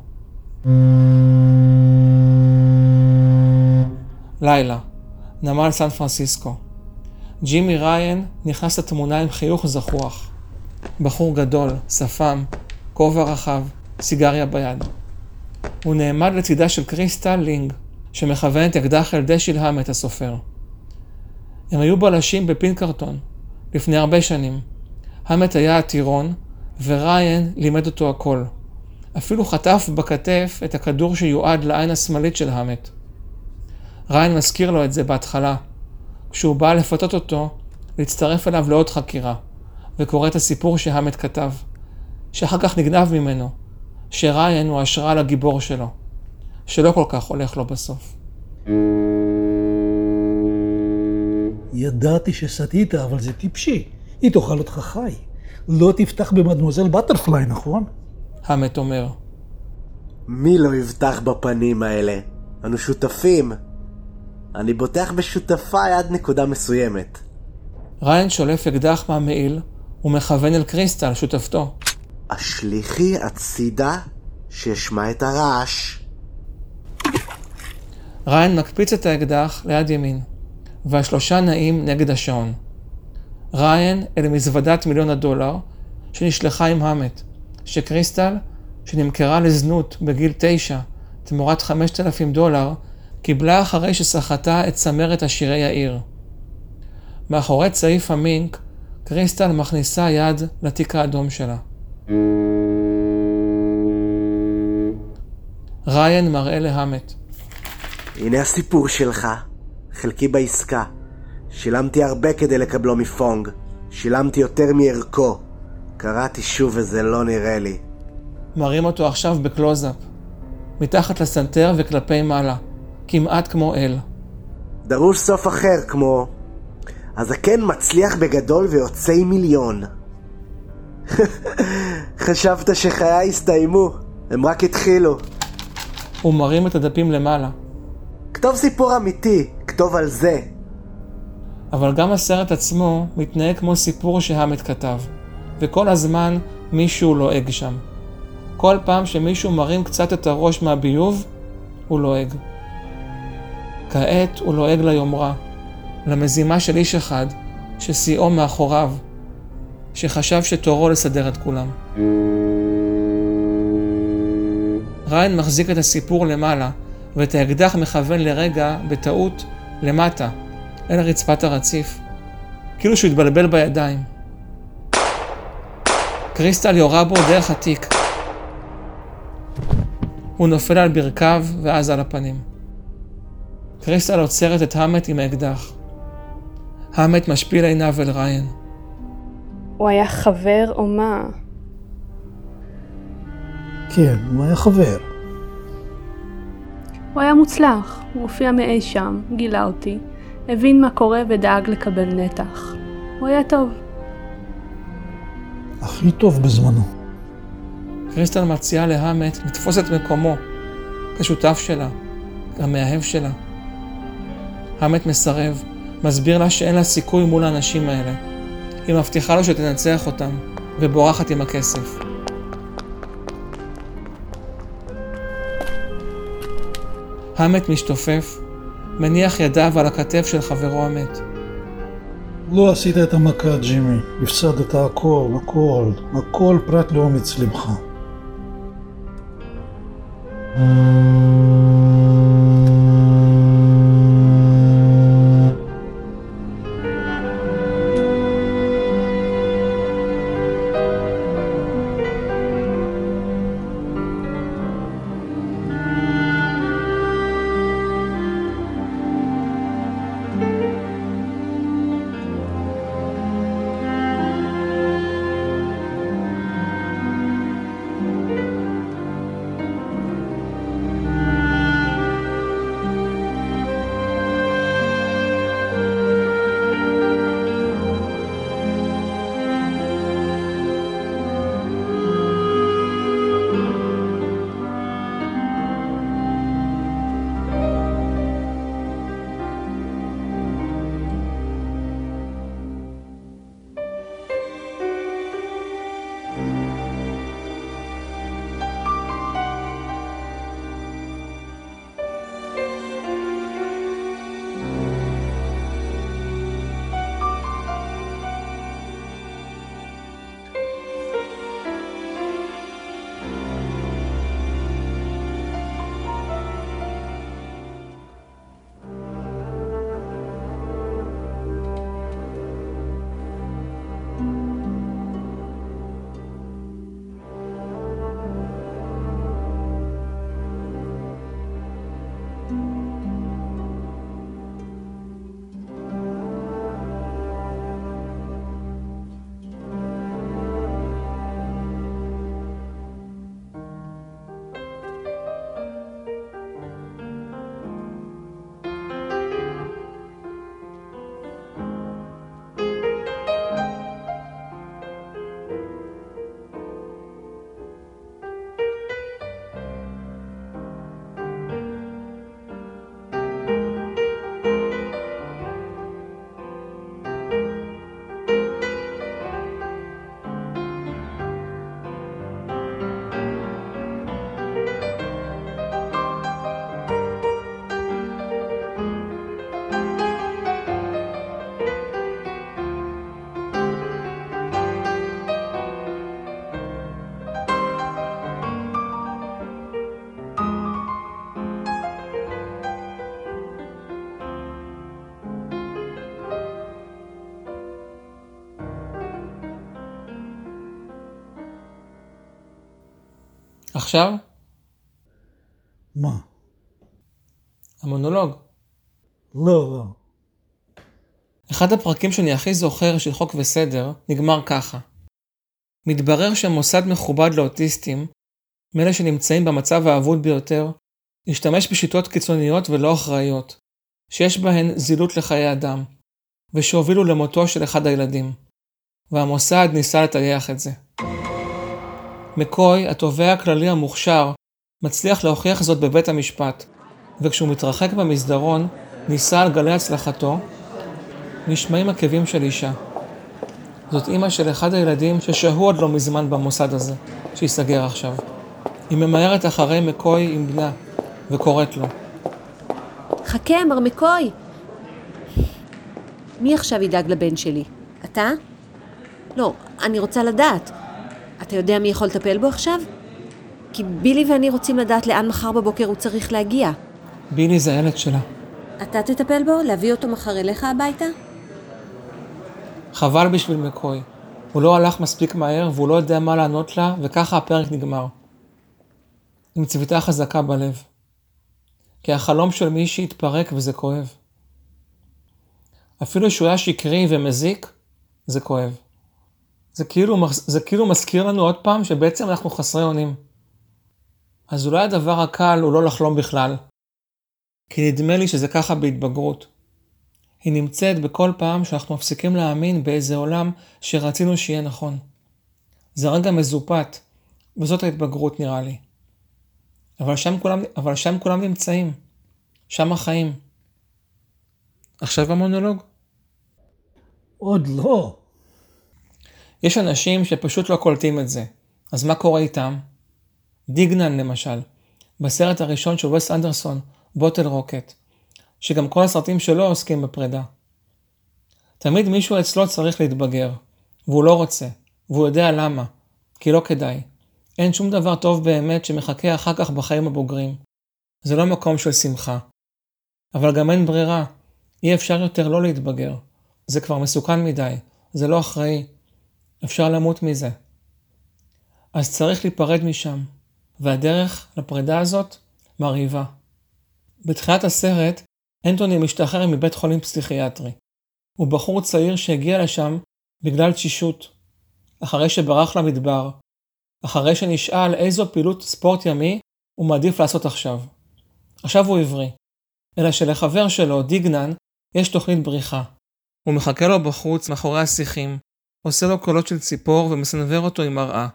לילה, נמל סן פרנסיסקו. ג'ימי ריין נכנס לתמונה עם חיוך זחוח. בחור גדול, שפם, כובע רחב, סיגריה ביד. הוא נעמד לצידה של קריסטל לינג, שמכוונת אקדח אל דשיל המט הסופר. הם היו בלשים בפינקרטון, לפני הרבה שנים. המט היה הטירון, וריין לימד אותו הכל. אפילו חטף בכתף את הכדור שיועד לעין השמאלית של המט. ריין מזכיר לו את זה בהתחלה, כשהוא בא לפתות אותו, להצטרף אליו לעוד חקירה, וקורא את הסיפור שהמט כתב, שאחר כך נגנב ממנו, שריין הוא השראה לגיבור שלו, שלא כל כך הולך לו בסוף. ידעתי שסתית, אבל זה טיפשי. היא תאכל אותך חי. לא תפתח במדמוזל בטרפליי, נכון? המט אומר. מי לא יבטח בפנים האלה? אנו שותפים. אני בוטח בשותפיי עד נקודה מסוימת. ריין שולף אקדח מהמעיל ומכוון אל קריסטל, שותפתו. השליחי הצידה שאשמע את הרעש. ריין מקפיץ את האקדח ליד ימין, והשלושה נעים נגד השעון. ריין אל מזוודת מיליון הדולר שנשלחה עם האמת, שקריסטל, שנמכרה לזנות בגיל תשע תמורת חמשת אלפים דולר, קיבלה אחרי שסחטה את צמרת עשירי העיר. מאחורי צעיף המינק, קריסטל מכניסה יד לתיק האדום שלה. ריין מראה להמת. הנה הסיפור שלך, חלקי בעסקה. שילמתי הרבה כדי לקבלו מפונג. שילמתי יותר מערכו. קראתי שוב וזה לא נראה לי. מראים אותו עכשיו בקלוזאפ. מתחת לסנטר וכלפי מעלה. כמעט כמו אל. דרוש סוף אחר כמו... הזקן מצליח בגדול ויוצא עם מיליון. חשבת שחיי הסתיימו. הם רק התחילו. הוא מרים את הדפים למעלה. כתוב סיפור אמיתי, כתוב על זה. אבל גם הסרט עצמו מתנהג כמו סיפור שהאמת כתב, וכל הזמן מישהו לועג שם. כל פעם שמישהו מרים קצת את הראש מהביוב, הוא לועג. כעת הוא לועג ליומרה, למזימה של איש אחד, ששיאו מאחוריו, שחשב שתורו לסדר את כולם. ריין מחזיק את הסיפור למעלה, ואת האקדח מכוון לרגע, בטעות, למטה, אל רצפת הרציף, כאילו שהוא התבלבל בידיים. קריסטל יורה בו דרך התיק. הוא נופל על ברכיו ואז על הפנים. קריסטל עוצרת את האמת עם האקדח. האמת משפיל עיניו אל ריין. הוא היה חבר או מה? כן, הוא היה חבר. הוא היה מוצלח, הוא הופיע מאי שם, גילה אותי, הבין מה קורה ודאג לקבל נתח. הוא היה טוב. הכי טוב בזמנו. קריסטל מציעה להאמת לתפוס את מקומו, כשותף שלה, המאהב שלה. האמת מסרב, מסביר לה שאין לה סיכוי מול האנשים האלה. היא מבטיחה לו שתנצח אותם, ובורחת עם הכסף. האמת משתופף, מניח ידיו על הכתף של חברו המת. לא עשית את המכה, ג'ימי. הפסדת הכל, הכל, הכל פרט לאומץ לבך. עכשיו? מה? המונולוג. לא, לא. אחד הפרקים שאני הכי זוכר של חוק וסדר נגמר ככה. מתברר שמוסד מכובד לאוטיסטים, מאלה שנמצאים במצב האבוד ביותר, השתמש בשיטות קיצוניות ולא אחראיות, שיש בהן זילות לחיי אדם, ושהובילו למותו של אחד הילדים. והמוסד ניסה לטייח את זה. מקוי, התובע הכללי המוכשר, מצליח להוכיח זאת בבית המשפט, וכשהוא מתרחק במסדרון, ניסה על גלי הצלחתו, נשמעים עקבים של אישה. זאת אמא של אחד הילדים ששהו עוד לא מזמן במוסד הזה, שיסגר עכשיו. היא ממהרת אחרי מקוי עם בנה, וקוראת לו. חכה, מר מקוי. מי עכשיו ידאג לבן שלי? אתה? לא, אני רוצה לדעת. אתה יודע מי יכול לטפל בו עכשיו? כי בילי ואני רוצים לדעת לאן מחר בבוקר הוא צריך להגיע. בילי זה הילד שלה. אתה תטפל בו? להביא אותו מחר אליך הביתה? חבל בשביל מקוי. הוא לא הלך מספיק מהר והוא לא יודע מה לענות לה, וככה הפרק נגמר. עם צביטה חזקה בלב. כי החלום של מישהי התפרק וזה כואב. אפילו שהוא היה שקרי ומזיק, זה כואב. זה כאילו, זה כאילו מזכיר לנו עוד פעם שבעצם אנחנו חסרי אונים. אז אולי הדבר הקל הוא לא לחלום בכלל. כי נדמה לי שזה ככה בהתבגרות. היא נמצאת בכל פעם שאנחנו מפסיקים להאמין באיזה עולם שרצינו שיהיה נכון. זה רגע מזופת, וזאת ההתבגרות נראה לי. אבל שם כולם, אבל שם כולם נמצאים. שם החיים. עכשיו המונולוג? עוד לא. יש אנשים שפשוט לא קולטים את זה. אז מה קורה איתם? דיגנן למשל, בסרט הראשון של ווס אנדרסון, בוטל רוקט, שגם כל הסרטים שלו עוסקים בפרידה. תמיד מישהו אצלו צריך להתבגר, והוא לא רוצה, והוא יודע למה, כי לא כדאי. אין שום דבר טוב באמת שמחכה אחר כך בחיים הבוגרים. זה לא מקום של שמחה. אבל גם אין ברירה, אי אפשר יותר לא להתבגר. זה כבר מסוכן מדי, זה לא אחראי. אפשר למות מזה. אז צריך להיפרד משם, והדרך לפרידה הזאת מרהיבה. בתחילת הסרט, אנטוני משתחרר מבית חולים פסיכיאטרי. הוא בחור צעיר שהגיע לשם בגלל תשישות, אחרי שברח למדבר, אחרי שנשאל איזו פעילות ספורט ימי הוא מעדיף לעשות עכשיו. עכשיו הוא עברי, אלא שלחבר שלו, דיגנן, יש תוכנית בריחה. הוא מחכה לו בחוץ מאחורי השיחים, עושה לו קולות של ציפור ומסנבר אותו עם מראה.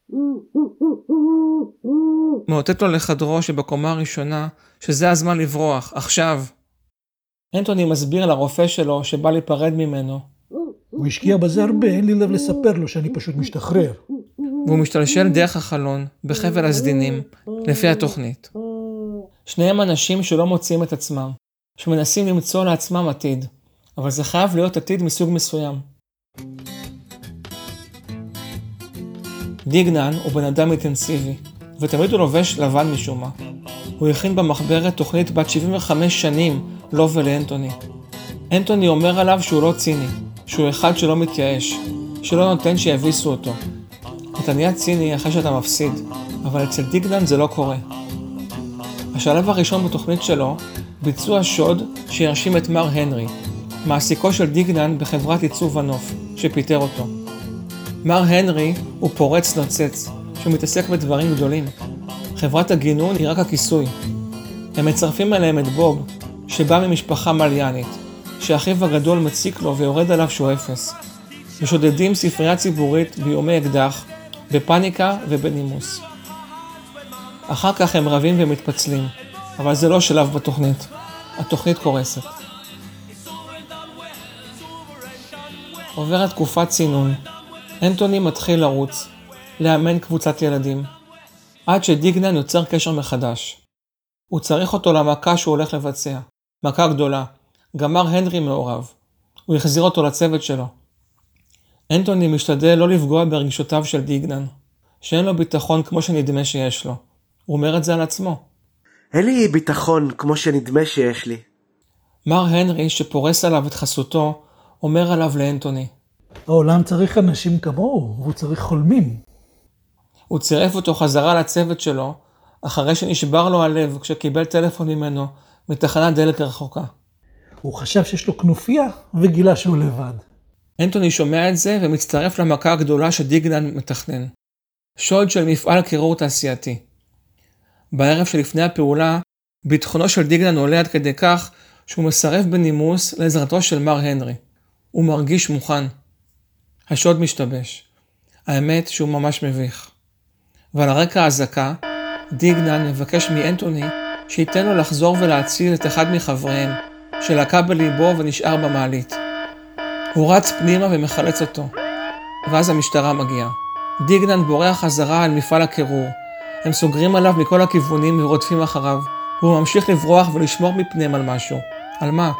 מאותת לו לחדרו שבקומה הראשונה שזה הזמן לברוח, עכשיו. אנטוני מסביר לרופא שלו שבא להיפרד ממנו. הוא השקיע בזה הרבה, אין לי לב לספר לו שאני פשוט משתחרר. והוא משתלשל דרך החלון, בחבל הסדינים, לפי התוכנית. שניהם אנשים שלא מוצאים את עצמם, שמנסים למצוא לעצמם עתיד, אבל זה חייב להיות עתיד מסוג מסוים. דיגנן הוא בן אדם אינטנסיבי, ותמיד הוא לובש לבן משום מה. הוא הכין במחברת תוכנית בת שבעים וחמש שנים, לו ולאנטוני. אנטוני אומר עליו שהוא לא ציני, שהוא אחד שלא מתייאש, שלא נותן שיביסו אותו. אתה נהיה ציני אחרי שאתה מפסיד, אבל אצל דיגנן זה לא קורה. השלב הראשון בתוכנית שלו, ביצוע שוד שירשים את מר הנרי, מעסיקו של דיגנן בחברת עיצוב הנוף, שפיטר אותו. מר הנרי הוא פורץ נוצץ, שמתעסק בדברים גדולים. חברת הגינון היא רק הכיסוי. הם מצרפים אליהם את בוב, שבא ממשפחה מליאנית, שאחיו הגדול מציק לו ויורד עליו שהוא אפס. ושודדים ספרייה ציבורית באיומי אקדח, בפניקה ובנימוס. אחר כך הם רבים ומתפצלים, אבל זה לא שלב בתוכנית. התוכנית קורסת. עוברת תקופת צינון. אנטוני מתחיל לרוץ, לאמן קבוצת ילדים, עד שדיגנן יוצר קשר מחדש. הוא צריך אותו למכה שהוא הולך לבצע, מכה גדולה. גמר הנרי מעורב. הוא החזיר אותו לצוות שלו. אנטוני משתדל לא לפגוע ברגישותיו של דיגנן, שאין לו ביטחון כמו שנדמה שיש לו. הוא אומר את זה על עצמו. אין לי ביטחון כמו שנדמה שיש לי. מר הנרי שפורס עליו את חסותו, אומר עליו לאנטוני. העולם צריך אנשים כמוהו, והוא צריך חולמים. הוא צירף אותו חזרה לצוות שלו, אחרי שנשבר לו הלב כשקיבל טלפון ממנו מתחנת דלק רחוקה. הוא חשב שיש לו כנופיה וגילה שהוא לבד. אנטוני שומע את זה ומצטרף למכה הגדולה שדיגנן מתכנן. שוד של מפעל קירור תעשייתי. בערב שלפני הפעולה, ביטחונו של דיגנן עולה עד כדי כך שהוא מסרב בנימוס לעזרתו של מר הנרי. הוא מרגיש מוכן. השוד משתבש. האמת שהוא ממש מביך. ועל הרקע ההזקה, דיגנן מבקש מאנטוני שייתן לו לחזור ולהציל את אחד מחבריהם, שלקה בליבו ונשאר במעלית. הוא רץ פנימה ומחלץ אותו. ואז המשטרה מגיעה. דיגנן בורח חזרה על מפעל הקירור. הם סוגרים עליו מכל הכיוונים ורודפים אחריו. והוא ממשיך לברוח ולשמור מפניהם על משהו. על מה?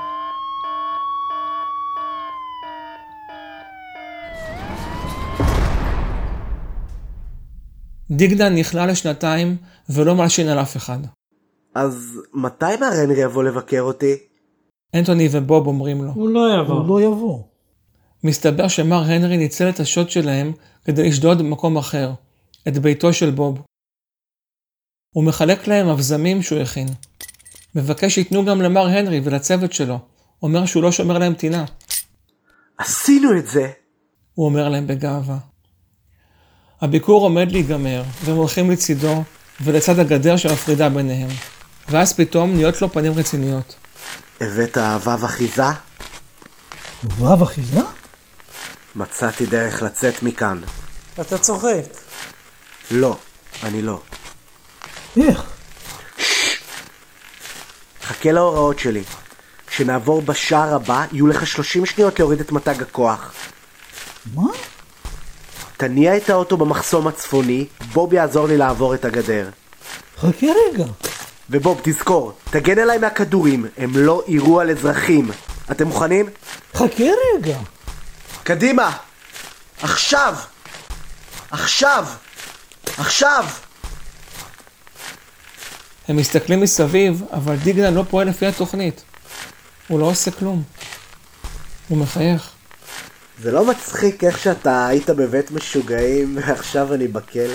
דיגנן נכנע לשנתיים ולא מלשין על אף אחד. אז מתי מר הנרי יבוא לבקר אותי? אנטוני ובוב אומרים לו. הוא לא יבוא. הוא לא יבוא. מסתבר שמר הנרי ניצל את השוד שלהם כדי לשדוד במקום אחר, את ביתו של בוב. הוא מחלק להם אבזמים שהוא הכין. מבקש שיתנו גם למר הנרי ולצוות שלו. אומר שהוא לא שומר להם טינה. עשינו את זה! הוא אומר להם בגאווה. הביקור עומד להיגמר, והם הולכים לצידו ולצד הגדר שמפרידה ביניהם. ואז פתאום נהיות לו פנים רציניות. הבאת אהבה ואחיזה? אהבה ואחיזה? מצאתי דרך לצאת מכאן. אתה צוחק. לא, אני לא. איך? חכה להוראות שלי. כשנעבור בשער הבא, יהיו לך שלושים שניות להוריד את מתג הכוח. מה? תניע את האוטו במחסום הצפוני, בוב יעזור לי לעבור את הגדר. חכה רגע. ובוב, תזכור, תגן עליי מהכדורים, הם לא יראו על אזרחים. אתם מוכנים? חכה רגע. קדימה! עכשיו! עכשיו! עכשיו! הם מסתכלים מסביב, אבל דיגנן לא פועל לפי התוכנית. הוא לא עושה כלום. הוא מחייך. זה לא מצחיק איך שאתה היית בבית משוגעים ועכשיו אני בכלא?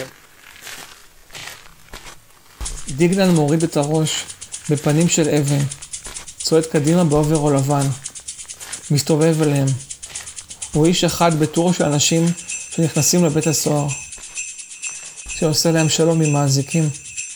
דיגנן מוריד את הראש בפנים של אבן. צועד קדימה באוברול לבן. מסתובב אליהם. הוא איש אחד בטור של אנשים שנכנסים לבית הסוהר. שעושה להם שלום עם האזיקים.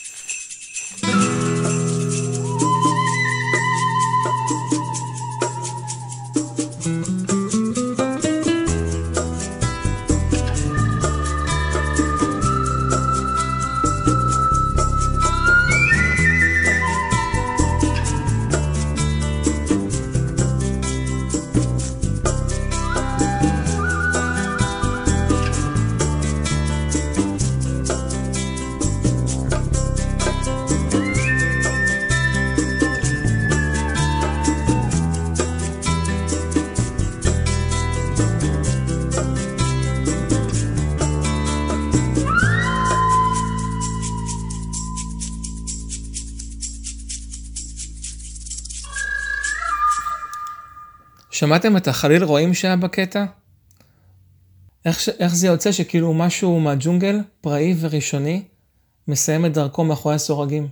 שמעתם את החליל רואים שהיה בקטע? איך, ש... איך זה יוצא שכאילו משהו מהג'ונגל, פראי וראשוני, מסיים את דרכו מאחורי הסורגים?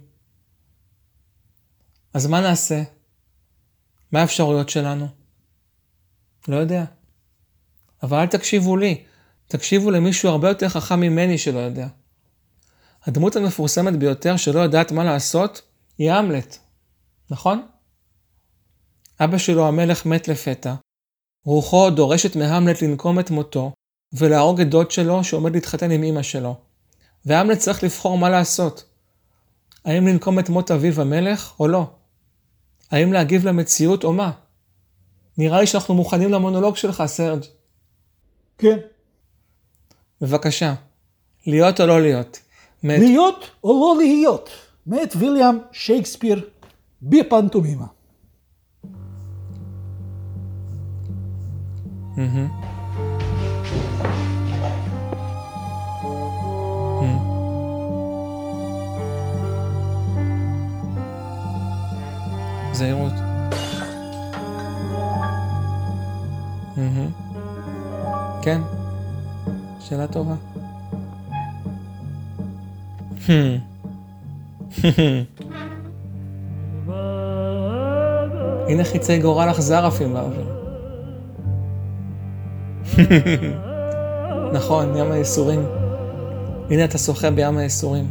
אז מה נעשה? מה האפשרויות שלנו? לא יודע. אבל אל תקשיבו לי, תקשיבו למישהו הרבה יותר חכם ממני שלא יודע. הדמות המפורסמת ביותר שלא יודעת מה לעשות היא המלט, נכון? אבא שלו המלך מת לפתע. רוחו דורשת מהמלט לנקום את מותו ולהרוג את דוד שלו שעומד להתחתן עם אמא שלו. והמלט צריך לבחור מה לעשות. האם לנקום את מות אביו המלך או לא? האם להגיב למציאות או מה? נראה לי שאנחנו מוכנים למונולוג שלך, סרג'. כן. בבקשה. להיות או לא להיות? מת... להיות או לא להיות. מת ויליאם שייקספיר בפנטומימה. Mm-hmm. Mm. זהירות. Mm-hmm. כן, שאלה טובה. Hmm. הנה חיצי גורל אכזר עפים באוויר. נכון, ים הייסורים. הנה אתה שוחה בים הייסורים.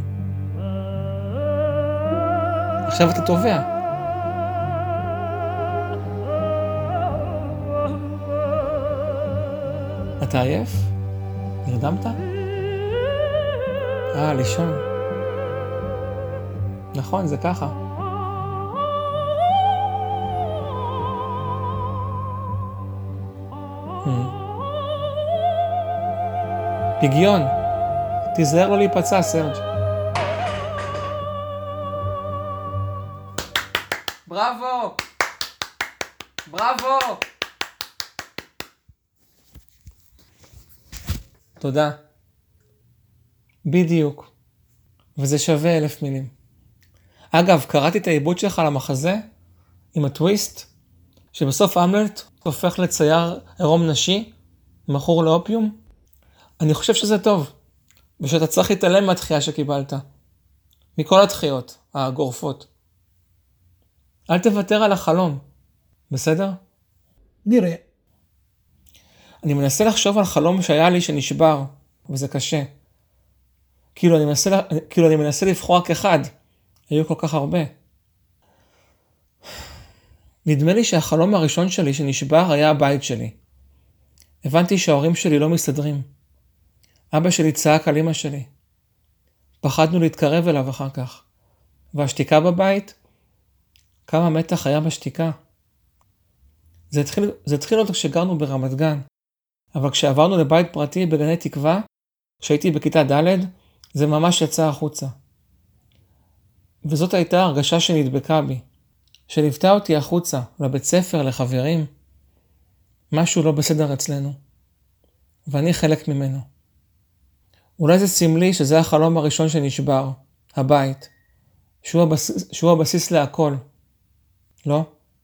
עכשיו אתה תובע. אתה עייף? נרדמת? אה, לישון. נכון, זה ככה. פיגיון, תיזהר לא להיפצע, סרג'. בראבו! בראבו! תודה. בדיוק. וזה שווה אלף מילים. אגב, קראתי את העיבוד שלך למחזה עם הטוויסט, שבסוף המלט הופך לצייר עירום נשי, מכור לאופיום. אני חושב שזה טוב, ושאתה צריך להתעלם מהדחייה שקיבלת. מכל הדחיות, הגורפות. אל תוותר על החלום, בסדר? נראה. אני מנסה לחשוב על חלום שהיה לי שנשבר, וזה קשה. כאילו אני מנסה, כאילו אני מנסה לבחור רק אחד, היו כל כך הרבה. נדמה לי שהחלום הראשון שלי שנשבר היה הבית שלי. הבנתי שההורים שלי לא מסתדרים. אבא שלי צעק על אמא שלי. פחדנו להתקרב אליו אחר כך. והשתיקה בבית, כמה מתח היה בשתיקה. זה התחיל, זה התחיל עוד כשגרנו ברמת גן. אבל כשעברנו לבית פרטי בגני תקווה, כשהייתי בכיתה ד', זה ממש יצא החוצה. וזאת הייתה הרגשה שנדבקה בי, שליוותה אותי החוצה, לבית ספר, לחברים. משהו לא בסדר אצלנו. ואני חלק ממנו. אולי זה סמלי שזה החלום הראשון שנשבר, הבית, שהוא הבסיס, שהוא הבסיס להכל. לא?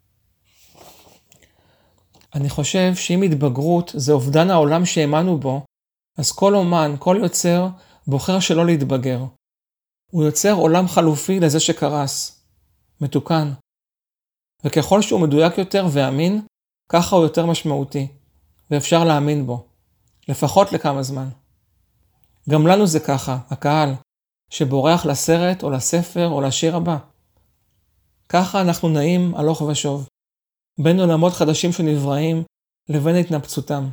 אני חושב שאם התבגרות זה אובדן העולם שהאמנו בו, אז כל אומן, כל יוצר, בוחר שלא להתבגר. הוא יוצר עולם חלופי לזה שקרס, מתוקן. וככל שהוא מדויק יותר ואמין, ככה הוא יותר משמעותי, ואפשר להאמין בו, לפחות לכמה זמן. גם לנו זה ככה, הקהל, שבורח לסרט או לספר או לשיר הבא. ככה אנחנו נעים הלוך ושוב, בין עולמות חדשים שנבראים לבין התנפצותם.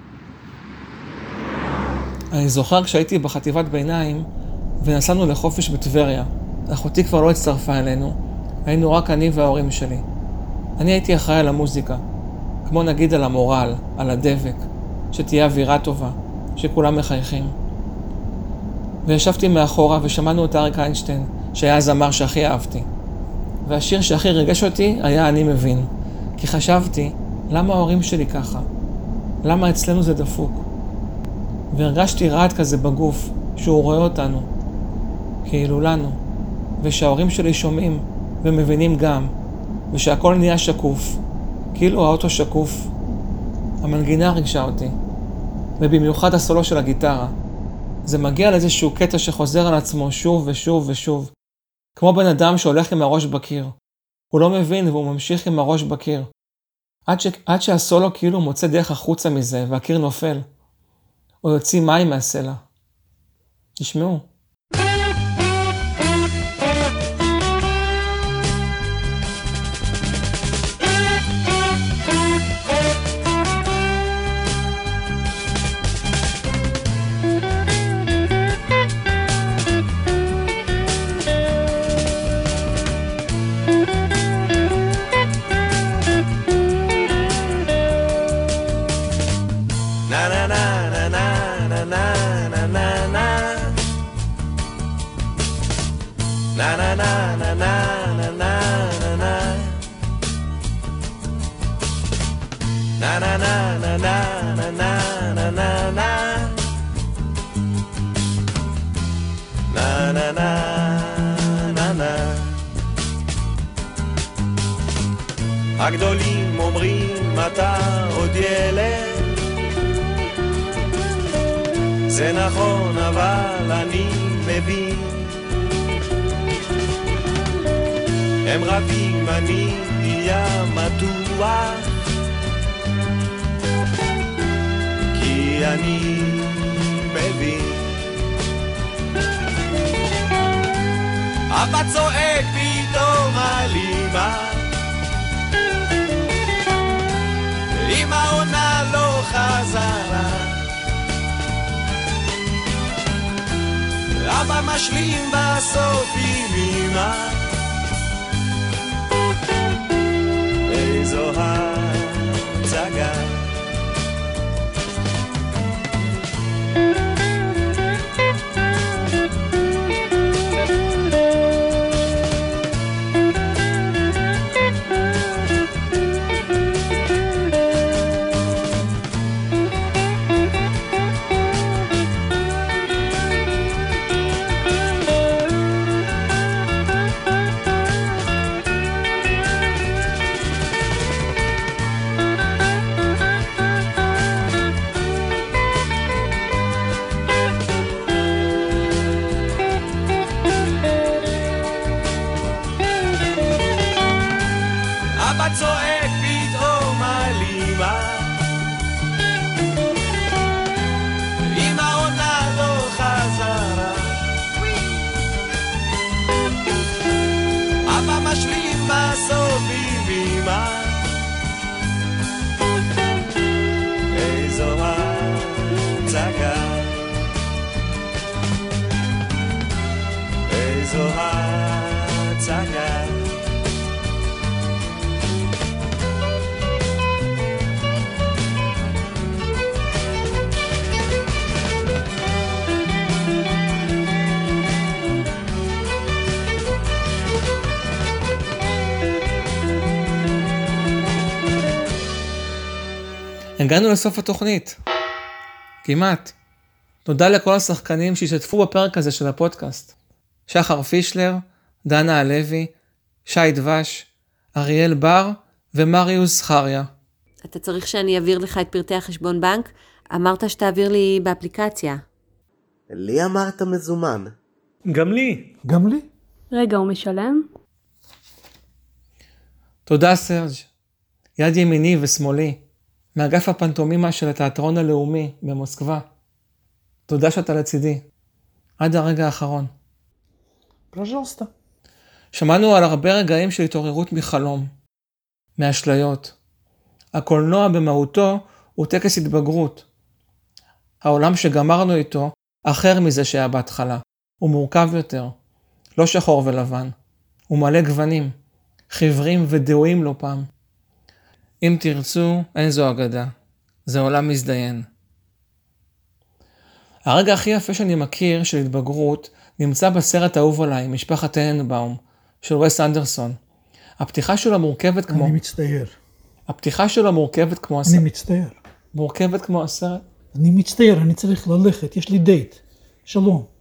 אני זוכר כשהייתי בחטיבת ביניים ונסענו לחופש בטבריה. אחותי כבר לא הצטרפה אלינו, היינו רק אני וההורים שלי. אני הייתי אחראי על המוזיקה, כמו נגיד על המורל, על הדבק, שתהיה אווירה טובה, שכולם מחייכים. וישבתי מאחורה ושמענו את אריק איינשטיין, שהיה הזמר שהכי אהבתי. והשיר שהכי רגש אותי היה אני מבין. כי חשבתי, למה ההורים שלי ככה? למה אצלנו זה דפוק? והרגשתי רעד כזה בגוף, שהוא רואה אותנו, כאילו לנו, ושההורים שלי שומעים ומבינים גם, ושהכל נהיה שקוף, כאילו האוטו שקוף. המנגינה רגשה אותי, ובמיוחד הסולו של הגיטרה. זה מגיע לאיזשהו קטע שחוזר על עצמו שוב ושוב ושוב, כמו בן אדם שהולך עם הראש בקיר. הוא לא מבין והוא ממשיך עם הראש בקיר. עד, ש... עד שהסולו כאילו מוצא דרך החוצה מזה והקיר נופל. או יוציא מים מהסלע. תשמעו. הגדולים אומרים אתה עוד ילד, זה נכון אבל אני מבין הם רבים, אני נהיה מתוח, כי אני מבין. אבא צועק פתאום על אמא, אמא עונה לא חזרה, אבא משלים בסוף עם אמא, איזו הצגה. אבא צועק פתאום על אמא, אמא עונה לא חזרה, אבא משלים בסוף עם אמא, איזו הצגה, איזו הצגה. הגענו לסוף התוכנית. כמעט. תודה לכל השחקנים שהשתתפו בפרק הזה של הפודקאסט. שחר פישלר, דנה הלוי, שי דבש, אריאל בר ומריוס זכריה. אתה צריך שאני אעביר לך את פרטי החשבון בנק? אמרת שתעביר לי באפליקציה. לי אמרת מזומן. גם לי. גם לי. רגע, הוא משלם? תודה סרג', יד ימיני ושמאלי, מאגף הפנטומימה של התיאטרון הלאומי במוסקבה. תודה שאתה לצידי, עד הרגע האחרון. פרז'וסטה. שמענו על הרבה רגעים של התעוררות מחלום, מאשליות. הקולנוע במהותו הוא טקס התבגרות. העולם שגמרנו איתו אחר מזה שהיה בהתחלה. הוא מורכב יותר, לא שחור ולבן. הוא מלא גוונים, חיוורים ודאויים לא פעם. אם תרצו, אין זו אגדה. זה עולם מזדיין. הרגע הכי יפה שאני מכיר של התבגרות נמצא בסרט האהוב עליי, משפחת טננבאום, של וס אנדרסון. הפתיחה שלו מורכבת כמו... אני מצטער. הפתיחה שלו מורכבת כמו הסרט. אני מצטער. מורכבת כמו הסרט? אני מצטער, אני צריך ללכת, יש לי דייט. שלום.